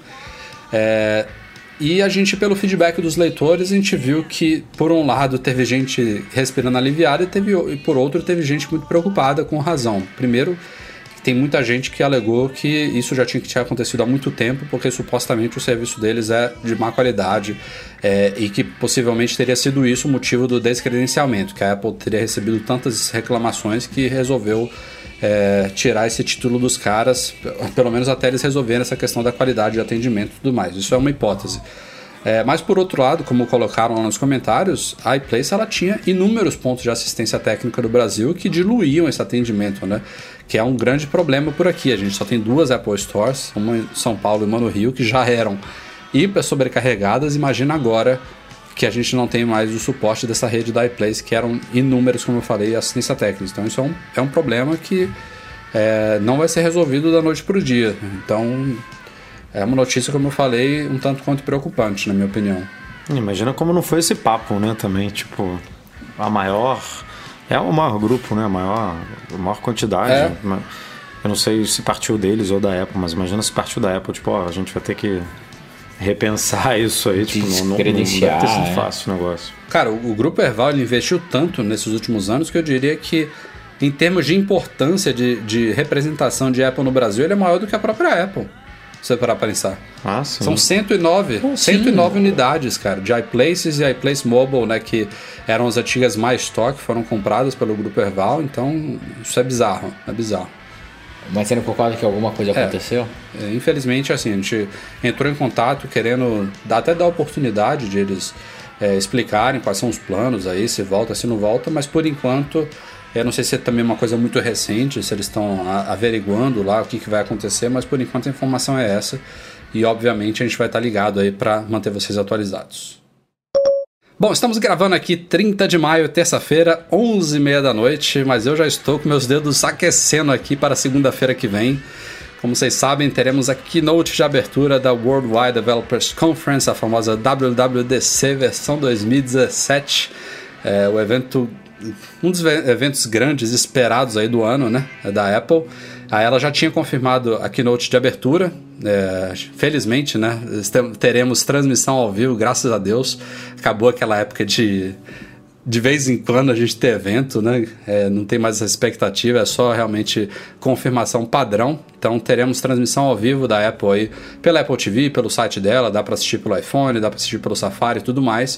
E a gente, pelo feedback dos leitores, a gente viu que, por um lado, teve gente respirando aliviada e por outro, teve gente muito preocupada, com razão. Primeiro, tem muita gente que alegou que isso já tinha que ter acontecido há muito tempo, porque supostamente o serviço deles é de má qualidade e que possivelmente teria sido isso o motivo do descredenciamento, que a Apple teria recebido tantas reclamações que resolveu tirar esse título dos caras, pelo menos até eles resolverem essa questão da qualidade de atendimento e tudo mais. Isso é uma hipótese. Mas por outro lado, como colocaram lá nos comentários, a iPlace ela tinha inúmeros pontos de assistência técnica do Brasil que diluíam esse atendimento, né? Que é um grande problema por aqui. A gente só tem 2 Apple Stores, uma em São Paulo e uma no Rio, que já eram hiper sobrecarregadas. Imagina agora que a gente não tem mais o suporte dessa rede da iPlace, que eram inúmeros, como eu falei, assistência técnica. Então isso é um problema que não vai ser resolvido da noite para o dia. Então é uma notícia, como eu falei, um tanto quanto preocupante, na minha opinião. Imagina como não foi esse papo, né, também, tipo, a maior... É o maior grupo, né, a maior quantidade. Eu não sei se partiu deles ou da Apple, mas imagina se partiu da Apple, tipo, a gente vai ter que repensar isso aí, tipo, não deve ter sido fácil o negócio. Cara, o Grupo Erval ele investiu tanto nesses últimos anos que eu diria que, em termos de importância de representação de Apple no Brasil, ele é maior do que a própria Apple. Se você parar para pensar. São 109 unidades, cara, de iPlaces e iPlace Mobile, né, que eram as antigas MyStock, foram compradas pelo Grupo Erval, então isso é bizarro. Mas você não concorda que alguma coisa aconteceu? Infelizmente, assim, a gente entrou em contato querendo até dar a oportunidade de eles explicarem quais são os planos aí, se volta, se não volta, mas por enquanto, eu não sei se é também uma coisa muito recente, se eles estão averiguando lá o que vai acontecer, mas por enquanto a informação é essa e obviamente a gente vai estar ligado aí para manter vocês atualizados. Bom, estamos gravando aqui 30 de maio, terça-feira, 11h30 da noite, mas eu já estou com meus dedos aquecendo aqui para segunda-feira que vem. Como vocês sabem, teremos a keynote de abertura da Worldwide Developers Conference, a famosa WWDC versão 2017. O evento, um dos eventos grandes esperados aí do ano, né, da Apple. Ela já tinha confirmado a keynote de abertura, felizmente, né, teremos transmissão ao vivo, graças a Deus. Acabou aquela época de vez em quando a gente ter evento, né, não tem mais essa expectativa, é só realmente confirmação padrão. Então teremos transmissão ao vivo da Apple aí pela Apple TV, pelo site dela, dá para assistir pelo iPhone, dá para assistir pelo Safari e tudo mais.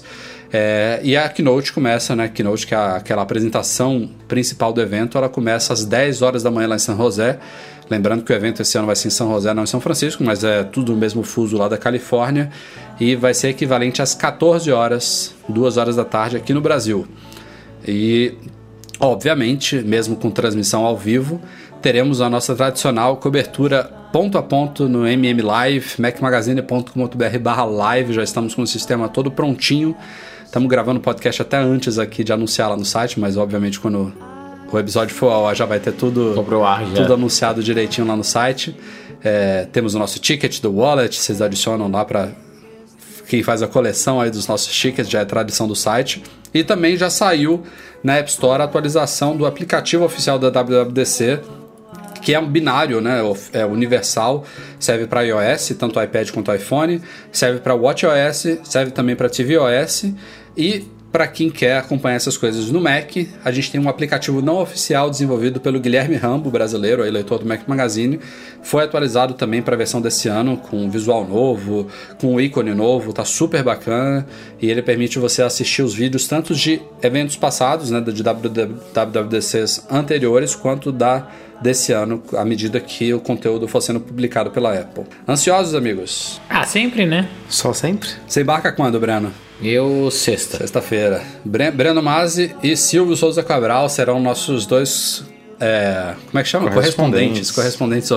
E a keynote começa, né? Keynote, que é aquela apresentação principal do evento, ela começa às 10 horas da manhã lá em San José. Lembrando que o evento esse ano vai ser em São José, não em São Francisco, mas é tudo no mesmo fuso lá da Califórnia. E vai ser equivalente às 14 horas, 2 horas da tarde aqui no Brasil. E, obviamente, mesmo com transmissão ao vivo, teremos a nossa tradicional cobertura ponto a ponto no MM Live, macmagazine.com.br/live. Já estamos com o sistema todo prontinho. Estamos gravando o podcast até antes aqui de anunciar lá no site, mas obviamente quando o episódio for ao ar já vai ter tudo anunciado direitinho lá no site. Temos o nosso ticket do Wallet, vocês adicionam lá para quem faz a coleção aí dos nossos tickets, já é tradição do site. E também já saiu na App Store a atualização do aplicativo oficial da WWDC, que é um binário, né? É universal, serve para iOS, tanto iPad quanto iPhone, serve para WatchOS, serve também para tvOS. E para quem quer acompanhar essas coisas no Mac, a gente tem um aplicativo não oficial desenvolvido pelo Guilherme Rambo, brasileiro, eleitor do Mac Magazine. Foi atualizado também para a versão desse ano, com um visual novo, com um ícone novo, tá super bacana. E ele permite você assistir os vídeos tanto de eventos passados, né, de WWDCs anteriores, quanto desse ano, à medida que o conteúdo for sendo publicado pela Apple. Ansiosos, amigos? Sempre, né? Só sempre? Você embarca quando, Breno? Sexta-feira. Breno Masi e Silvio Souza Cabral serão nossos dois... como é que chama? Correspondentes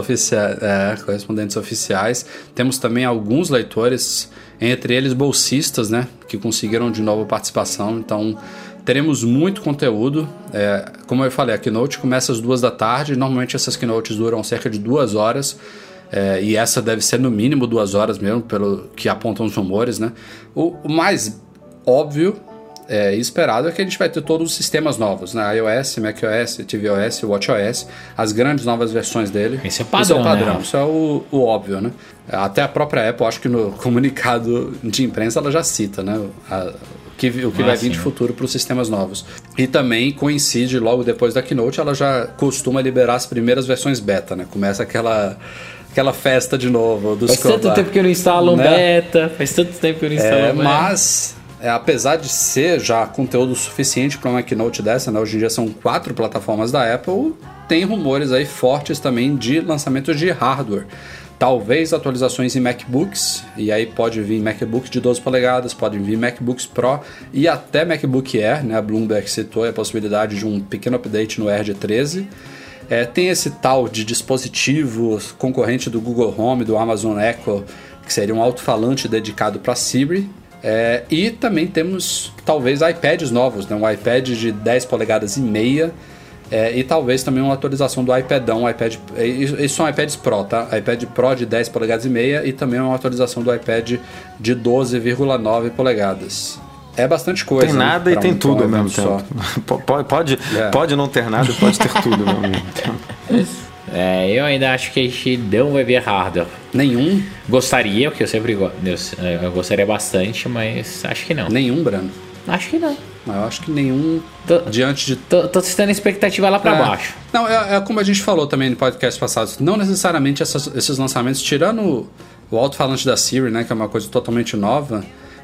oficiais. Temos também alguns leitores, entre eles bolsistas, né, que conseguiram de novo participação. Então teremos muito conteúdo. Como eu falei, a keynote começa às 2 da tarde. Normalmente essas keynotes duram cerca de 2 horas. E essa deve ser no mínimo 2 horas mesmo, pelo que apontam os rumores, né? O mais óbvio e esperado é que a gente vai ter todos os sistemas novos, né? iOS, macOS, tvOS, watchOS, as grandes novas versões dele. Esse é o padrão, né? Isso é o óbvio, né? Até a própria Apple, acho que no comunicado de imprensa ela já cita, né? O que vai vir de futuro para os sistemas novos. E também coincide, logo depois da keynote, ela já costuma liberar as primeiras versões beta, né? Começa aquela festa de novo dos Faz tanto tempo que eu não instalo beta, mas apesar de ser já conteúdo suficiente para uma keynote dessa, né? Hoje em dia são 4 plataformas da Apple, tem rumores aí fortes também de lançamentos de hardware. Talvez atualizações em MacBooks, e aí pode vir MacBook de 12 polegadas, pode vir MacBooks Pro e até MacBook Air, né? A Bloomberg citou a possibilidade de um pequeno update no Air de 13. Tem esse tal de dispositivo concorrente do Google Home, do Amazon Echo, que seria um alto-falante dedicado para Siri. E também temos talvez iPads novos, né? Um iPad de 10 polegadas e meia. E talvez também uma atualização do iPadão, isso são iPads Pro, tá? iPad Pro de 10 polegadas e meia e também uma atualização do iPad de 12,9 polegadas. É bastante coisa. Tem nada, né, e tem tudo ao mesmo tempo. Pode não ter nada e pode ter tudo ao mesmo tempo. Eu ainda acho que a gente não vai ver hardware. Nenhum? Gostaria, porque eu gostaria bastante, mas acho que não. Nenhum, Breno? Acho que não. Mas eu acho que nenhum diante de... Tô citando a expectativa lá pra baixo. Não, é como a gente falou também no podcast passado. Não necessariamente esses lançamentos, tirando o alto-falante da Siri, né, que é uma coisa totalmente nova,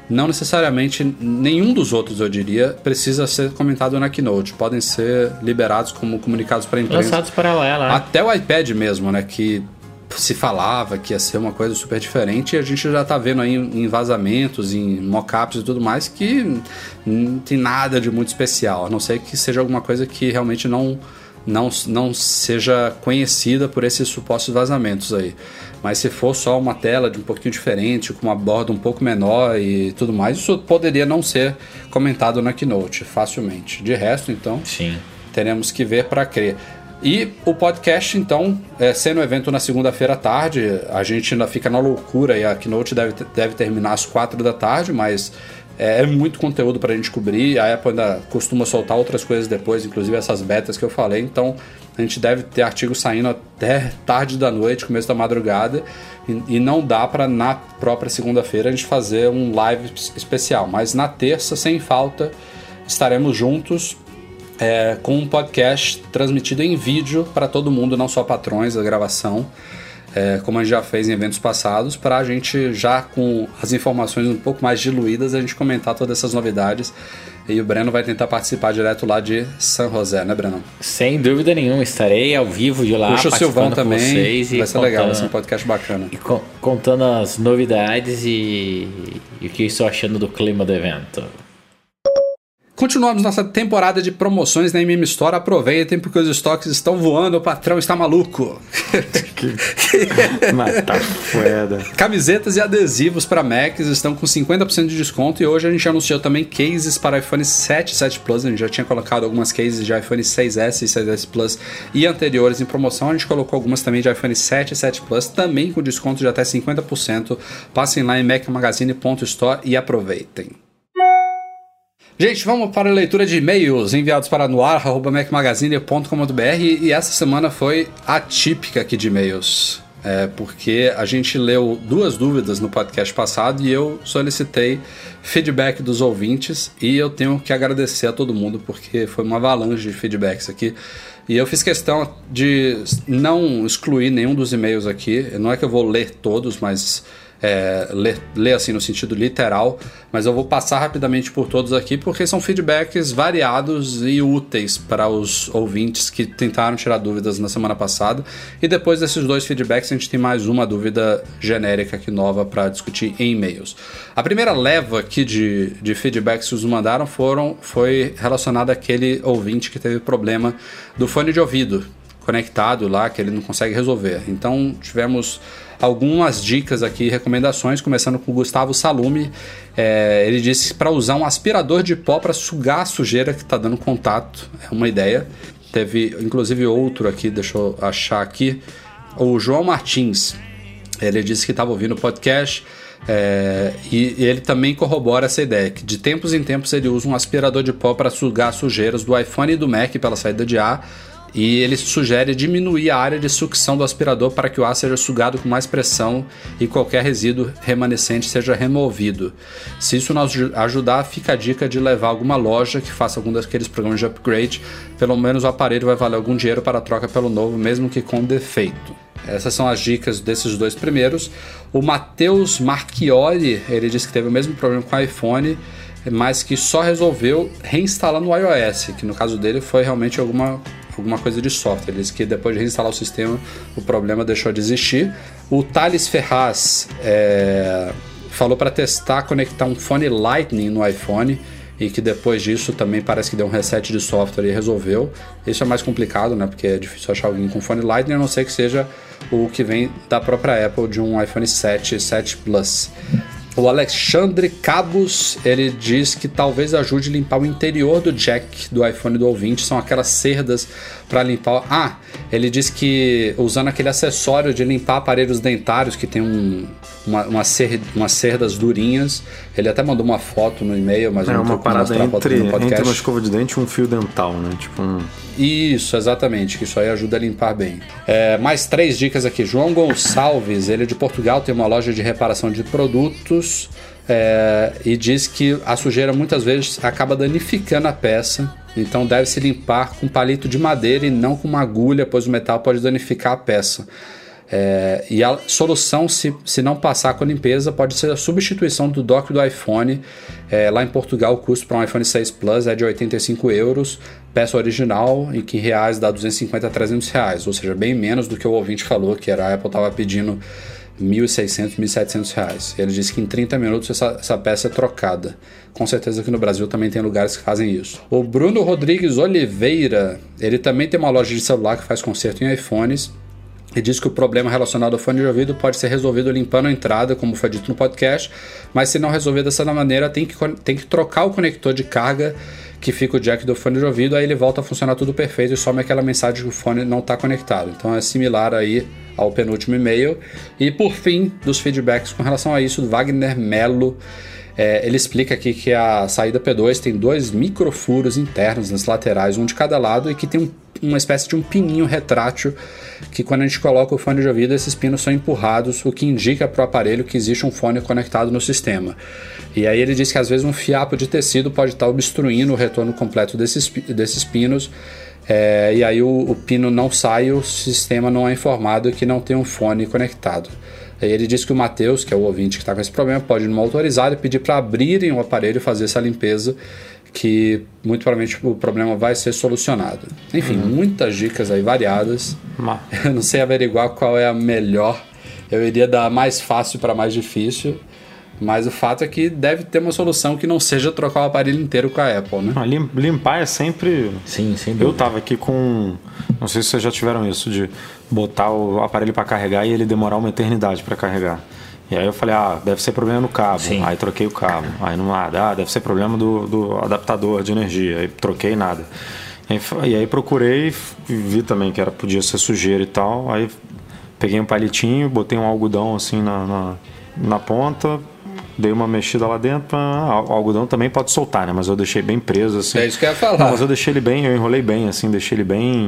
não necessariamente nenhum dos outros, eu diria, precisa ser comentado na Keynote. Podem ser liberados como comunicados para a imprensa. Lançados paralelos. Até o iPad mesmo, né? Que se falava que ia ser uma coisa super diferente, e a gente já tá vendo aí em vazamentos, em mockups e tudo mais, que não tem nada de muito especial, a não ser que seja alguma coisa que realmente não seja conhecida por esses supostos vazamentos aí. Mas se for só uma tela de um pouquinho diferente, com uma borda um pouco menor e tudo mais, isso poderia não ser comentado na Keynote facilmente. De resto, então, sim, teremos que ver para crer. E o podcast, então, sendo o evento na segunda-feira à tarde, a gente ainda fica na loucura, e a Keynote deve terminar às 4 da tarde, mas é muito conteúdo para a gente cobrir. A Apple ainda costuma soltar outras coisas depois, inclusive essas betas que eu falei, então a gente deve ter artigos saindo até tarde da noite, começo da madrugada, e não dá para na própria segunda-feira a gente fazer um live especial, mas na terça, sem falta, estaremos juntos com um podcast transmitido em vídeo para todo mundo, não só patrões da gravação, como a gente já fez em eventos passados, para a gente já com as informações um pouco mais diluídas, a gente comentar todas essas novidades. E o Breno vai tentar participar direto lá de San José, né, Breno? Sem dúvida nenhuma, estarei ao vivo de lá. Puxa o Silvão também, vocês vai ser legal, vai ser um podcast bacana. E contando as novidades e o que eu estou achando do clima do evento. Continuamos nossa temporada de promoções na MM Store. Aproveitem porque os estoques estão voando, o patrão está maluco. Mas tá foda. Camisetas e adesivos para Macs estão com 50% de desconto, e hoje a gente anunciou também cases para iPhone 7 e 7 Plus. A gente já tinha colocado algumas cases de iPhone 6S e 6S Plus e anteriores em promoção. A gente colocou algumas também de iPhone 7 e 7 Plus, também com desconto de até 50%. Passem lá em macmagazine.store e aproveitem. Gente, vamos para a leitura de e-mails enviados para noar@macmagazine.com.br, e essa semana foi atípica aqui de e-mails, porque a gente leu 2 dúvidas no podcast passado e eu solicitei feedback dos ouvintes, e eu tenho que agradecer a todo mundo porque foi uma avalanche de feedbacks aqui, e eu fiz questão de não excluir nenhum dos e-mails aqui. Não é que eu vou ler todos, mas ler assim no sentido literal, mas eu vou passar rapidamente por todos aqui porque são feedbacks variados e úteis para os ouvintes que tentaram tirar dúvidas na semana passada, e depois desses 2 feedbacks a gente tem mais uma dúvida genérica aqui nova para discutir em e-mails. A primeira leva aqui de feedbacks que nos mandaram foi relacionada àquele ouvinte que teve problema do fone de ouvido conectado lá, que ele não consegue resolver. Então tivemos algumas dicas aqui, recomendações, começando com o Gustavo Salume. Ele disse para usar um aspirador de pó para sugar a sujeira que está dando contato. É uma ideia. Teve inclusive outro aqui, deixa eu achar aqui, o João Martins. Ele disse que estava ouvindo o podcast, e ele também corrobora essa ideia, que de tempos em tempos ele usa um aspirador de pó para sugar as sujeiras do iPhone e do Mac pela saída de ar. E ele sugere diminuir a área de sucção do aspirador para que o ar seja sugado com mais pressão e qualquer resíduo remanescente seja removido. Se isso nos ajudar, fica a dica de levar alguma loja que faça algum daqueles programas de upgrade. Pelo menos o aparelho vai valer algum dinheiro para a troca pelo novo, mesmo que com defeito. Essas são as dicas desses 2 primeiros. O Matheus Marchiori, ele disse que teve o mesmo problema com o iPhone, mas que só resolveu reinstalando o iOS, que no caso dele foi realmente alguma coisa de software. Ele disse que depois de reinstalar o sistema, o problema deixou de existir. O Thales Ferraz falou para testar conectar um fone Lightning no iPhone, e que depois disso também parece que deu um reset de software e resolveu. Isso é mais complicado, né? Porque é difícil achar alguém com fone Lightning, a não ser que seja o que vem da própria Apple, de um iPhone 7 e 7 Plus. O Alexandre Cabos, ele diz que talvez ajude a limpar o interior do jack do iPhone do ouvinte. São aquelas cerdas para limpar. Ele diz que usando aquele acessório de limpar aparelhos dentários que tem umas cerdas durinhas. Ele até mandou uma foto no e-mail, mas eu não uma parada entre uma escova de dente e um fio dental, né? Isso, exatamente, que isso aí ajuda a limpar bem. Mais 3 dicas aqui. João Gonçalves, ele é de Portugal, tem uma loja de reparação de produtos, e diz que a sujeira muitas vezes acaba danificando a peça, então deve-se limpar com palito de madeira e não com uma agulha, pois o metal pode danificar a peça. E a solução, se não passar com a limpeza, pode ser a substituição do dock do iPhone. Lá em Portugal, o custo para um iPhone 6 Plus é de €85, peça original, e que em reais dá R$250 a R$300, ou seja, bem menos do que o ouvinte falou, que a Apple estava pedindo R$1.600, R$1.700. Ele disse que em 30 minutos essa peça é trocada. Com certeza que no Brasil também tem lugares que fazem isso. O Bruno Rodrigues Oliveira, ele também tem uma loja de celular que faz conserto em iPhones, e diz que o problema relacionado ao fone de ouvido pode ser resolvido limpando a entrada, como foi dito no podcast, mas se não resolver dessa maneira, tem que trocar o conector de carga que fica o jack do fone de ouvido, aí ele volta a funcionar tudo perfeito e some aquela mensagem que o fone não está conectado. Então é similar aí ao penúltimo e-mail. E por fim, dos feedbacks com relação a isso, do Wagner Melo, ele explica aqui que a saída P2 tem 2 microfuros internos nas laterais, um de cada lado, e que tem uma espécie de um pininho retrátil que, quando a gente coloca o fone de ouvido, esses pinos são empurrados, o que indica para o aparelho que existe um fone conectado no sistema. E aí ele diz que às vezes um fiapo de tecido pode estar obstruindo o retorno completo desses pinos, e aí o pino não sai e o sistema não é informado que não tem um fone conectado. Aí ele diz que o Matheus, que é o ouvinte que está com esse problema, pode ir numa autorizada e pedir para abrirem o aparelho e fazer essa limpeza, que muito provavelmente o problema vai ser solucionado. Enfim, muitas dicas aí variadas. Eu não sei averiguar qual é a melhor. Eu iria dar mais fácil para mais difícil, mas o fato é que deve ter uma solução que não seja trocar o aparelho inteiro com a Apple, né? Limpar é sempre... Sim, sem Eu dúvida. tava aqui com... Não sei se vocês já tiveram isso, de botar o aparelho para carregar e ele demorar uma eternidade para carregar. E aí eu falei, deve ser problema no cabo. Sim. Aí troquei o cabo. Aí não deve ser problema do adaptador de energia. Aí troquei nada. E aí procurei e vi também que podia ser sujeira e tal. Aí peguei um palitinho, botei um algodão assim na ponta, dei uma mexida lá dentro. O algodão também pode soltar, né? Mas eu deixei bem preso assim. É isso que eu ia falar. Não, mas eu deixei ele bem, eu enrolei bem assim, deixei ele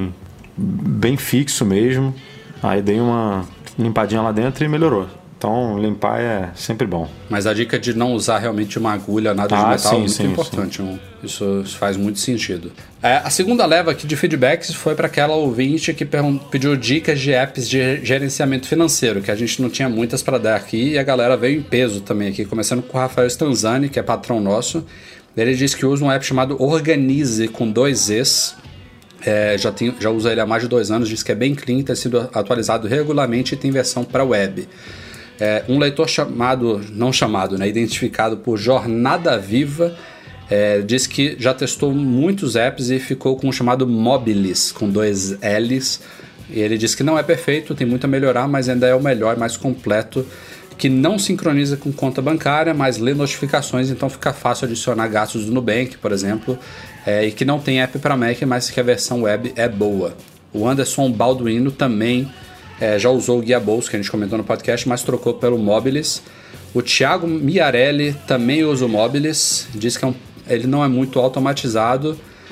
bem fixo mesmo. Aí dei uma limpadinha lá dentro e melhorou. Então, limpar é sempre bom. Mas a dica de não usar realmente uma agulha, nada de metal, é muito importante. Sim. Isso faz muito sentido. A segunda leva aqui de feedbacks foi para aquela ouvinte que pediu dicas de apps de gerenciamento financeiro, que a gente não tinha muitas para dar aqui, e a galera veio em peso também aqui, começando com o Rafael Stanzani, que é patrão nosso. Ele disse que usa um app chamado Organize, com 2 Es. Já usa ele há mais de 2 anos, diz que é bem clean, tem sido atualizado regularmente e tem versão para web. Um leitor identificado por Jornada Viva, diz que já testou muitos apps e ficou com o chamado Mobilis, com 2 L's. E ele diz que não é perfeito, tem muito a melhorar, mas ainda é o melhor, mais completo, que não sincroniza com conta bancária, mas lê notificações, então fica fácil adicionar gastos do Nubank, por exemplo, e que não tem app para Mac, mas que a versão web é boa. O Anderson Balduino também já usou o Guia Bolso, que a gente comentou no podcast, mas trocou pelo Mobilis. O Thiago Miarelli também usa o Mobilis, diz que ele não é muito automatizado,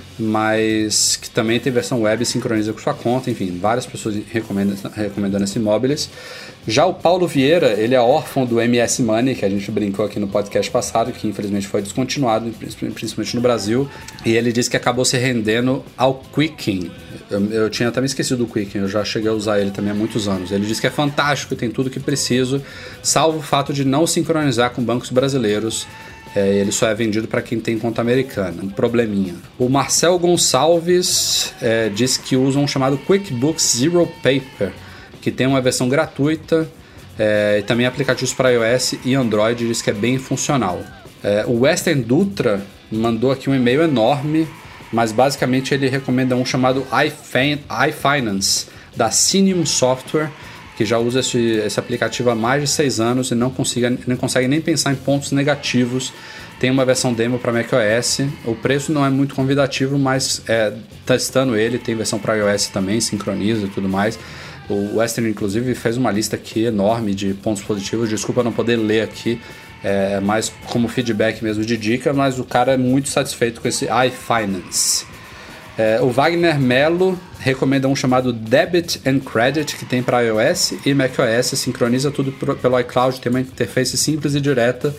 mas que também tem versão web e sincroniza com sua conta. Enfim, várias pessoas recomendando esse Mobilis. Já o Paulo Vieira, ele é órfão do MS Money, que a gente brincou aqui no podcast passado, que infelizmente foi descontinuado, principalmente no Brasil, e ele disse que acabou se rendendo ao Quicken. Eu tinha até me esquecido do Quicken, eu já cheguei a usar ele também há muitos anos. Ele diz que é fantástico, tem tudo que preciso, salvo o fato de não sincronizar com bancos brasileiros. Ele só é vendido para quem tem conta americana, um probleminha. O Marcel Gonçalves diz que usa um chamado QuickBooks Zero Paper, que tem uma versão gratuita, e também aplicativos para iOS e Android, diz que é bem funcional. O Western Dutra mandou aqui um e-mail enorme, mas basicamente ele recomenda um chamado iFinance, da Sinium Software, que já usa esse aplicativo há mais de 6 anos e não consegue nem pensar em pontos negativos. Tem uma versão demo para macOS. O preço não é muito convidativo, mas testando ele, tem versão para iOS também, sincroniza e tudo mais. O Western, inclusive, fez uma lista aqui enorme de pontos positivos. Desculpa não poder ler aqui, mais como feedback mesmo de dica, mas o cara é muito satisfeito com esse iFinance. O Wagner Melo recomenda um chamado Debit and Credit, que tem para iOS e macOS, sincroniza tudo pelo iCloud, tem uma interface simples e direta,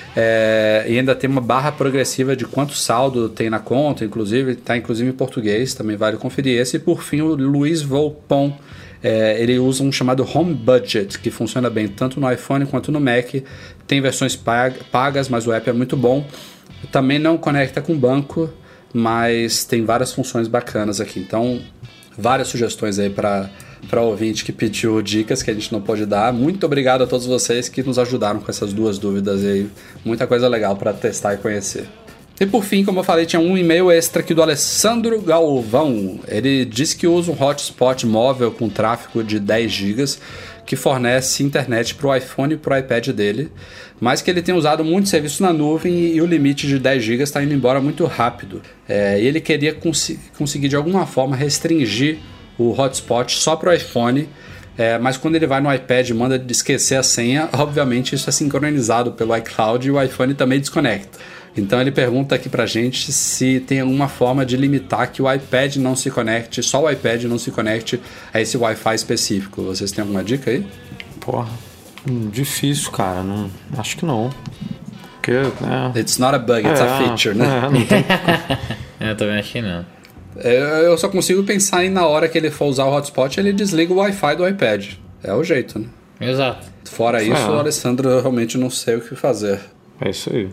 e ainda tem uma barra progressiva de quanto saldo tem na conta, está inclusive em português, também vale conferir esse. E por fim, o Luiz Volpon, ele usa um chamado Home Budget, que funciona bem tanto no iPhone quanto no Mac. Tem versões pagas, mas o app é muito bom. Também não conecta com banco, mas tem várias funções bacanas aqui. Então, várias sugestões aí para ouvinte que pediu dicas que a gente não pôde dar. Muito obrigado a todos vocês que nos ajudaram com essas duas dúvidas aí. Muita coisa legal para testar e conhecer. E por fim, como eu falei, tinha um e-mail extra aqui do Alessandro Galvão. Ele disse que usa um hotspot móvel com tráfego de 10 GB que fornece internet para o iPhone e para o iPad dele, mas que ele tem usado muito serviço na nuvem e o limite de 10 GB está indo embora muito rápido. E ele queria conseguir de alguma forma restringir o hotspot só para o iPhone, mas quando ele vai no iPad e manda esquecer a senha, obviamente isso é sincronizado pelo iCloud e o iPhone também desconecta. Então ele pergunta aqui pra gente se tem alguma forma de limitar que o iPad não se conecte, só o iPad não se conecte a esse Wi-Fi específico. Vocês têm alguma dica aí? Porra, difícil, cara. Não, acho que não. Porque, It's not a bug, it's a feature, né? Não tem... Eu também acho que não. Eu só consigo pensar em na hora que ele for usar o hotspot, ele desliga o Wi-Fi do iPad. É o jeito, né? Exato. Fora isso, o Alessandro, eu realmente não sei o que fazer. É isso aí.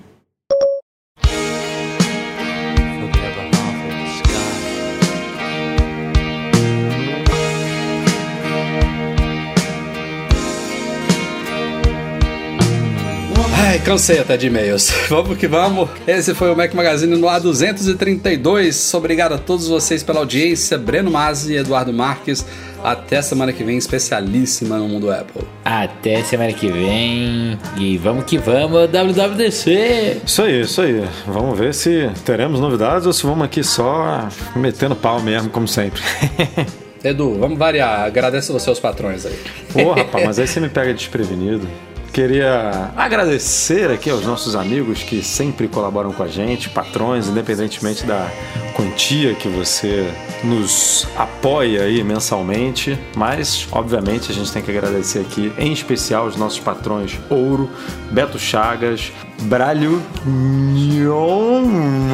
Ai, cansei até de e-mails. Vamos que vamos. Esse foi o Mac Magazine no A232. Obrigado a todos vocês pela audiência. Breno Mazzi e Eduardo Marques. Até semana que vem, especialíssima no mundo Apple. Até semana que vem. E vamos que vamos, WWDC. Isso aí. Vamos ver se teremos novidades ou se vamos aqui só metendo pau mesmo, como sempre. Edu, vamos variar. Agradeço você aos patrões aí. Pô, rapaz, mas aí você me pega desprevenido. Queria agradecer aqui aos nossos amigos que sempre colaboram com a gente, patrões, independentemente da quantia que você nos apoia aí mensalmente. Mas, obviamente, a gente tem que agradecer aqui, em especial, os nossos patrões Ouro, Beto Chagas, Bralho Nyon.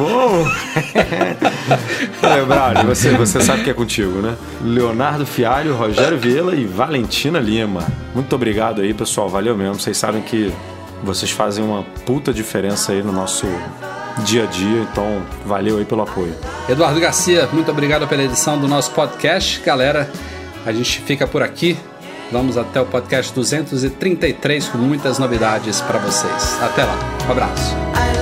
Bralho, você sabe que é contigo, né? Leonardo Fialho, Rogério Viela e Valentina Lima. Muito obrigado aí, pessoal. Valeu mesmo. Vocês sabem que vocês fazem uma puta diferença aí no nosso dia a dia, então valeu aí pelo apoio. Eduardo Garcia, muito obrigado pela edição do nosso podcast. Galera, a gente fica por aqui. Vamos até o podcast 233 com muitas novidades para vocês. Até lá. Um abraço.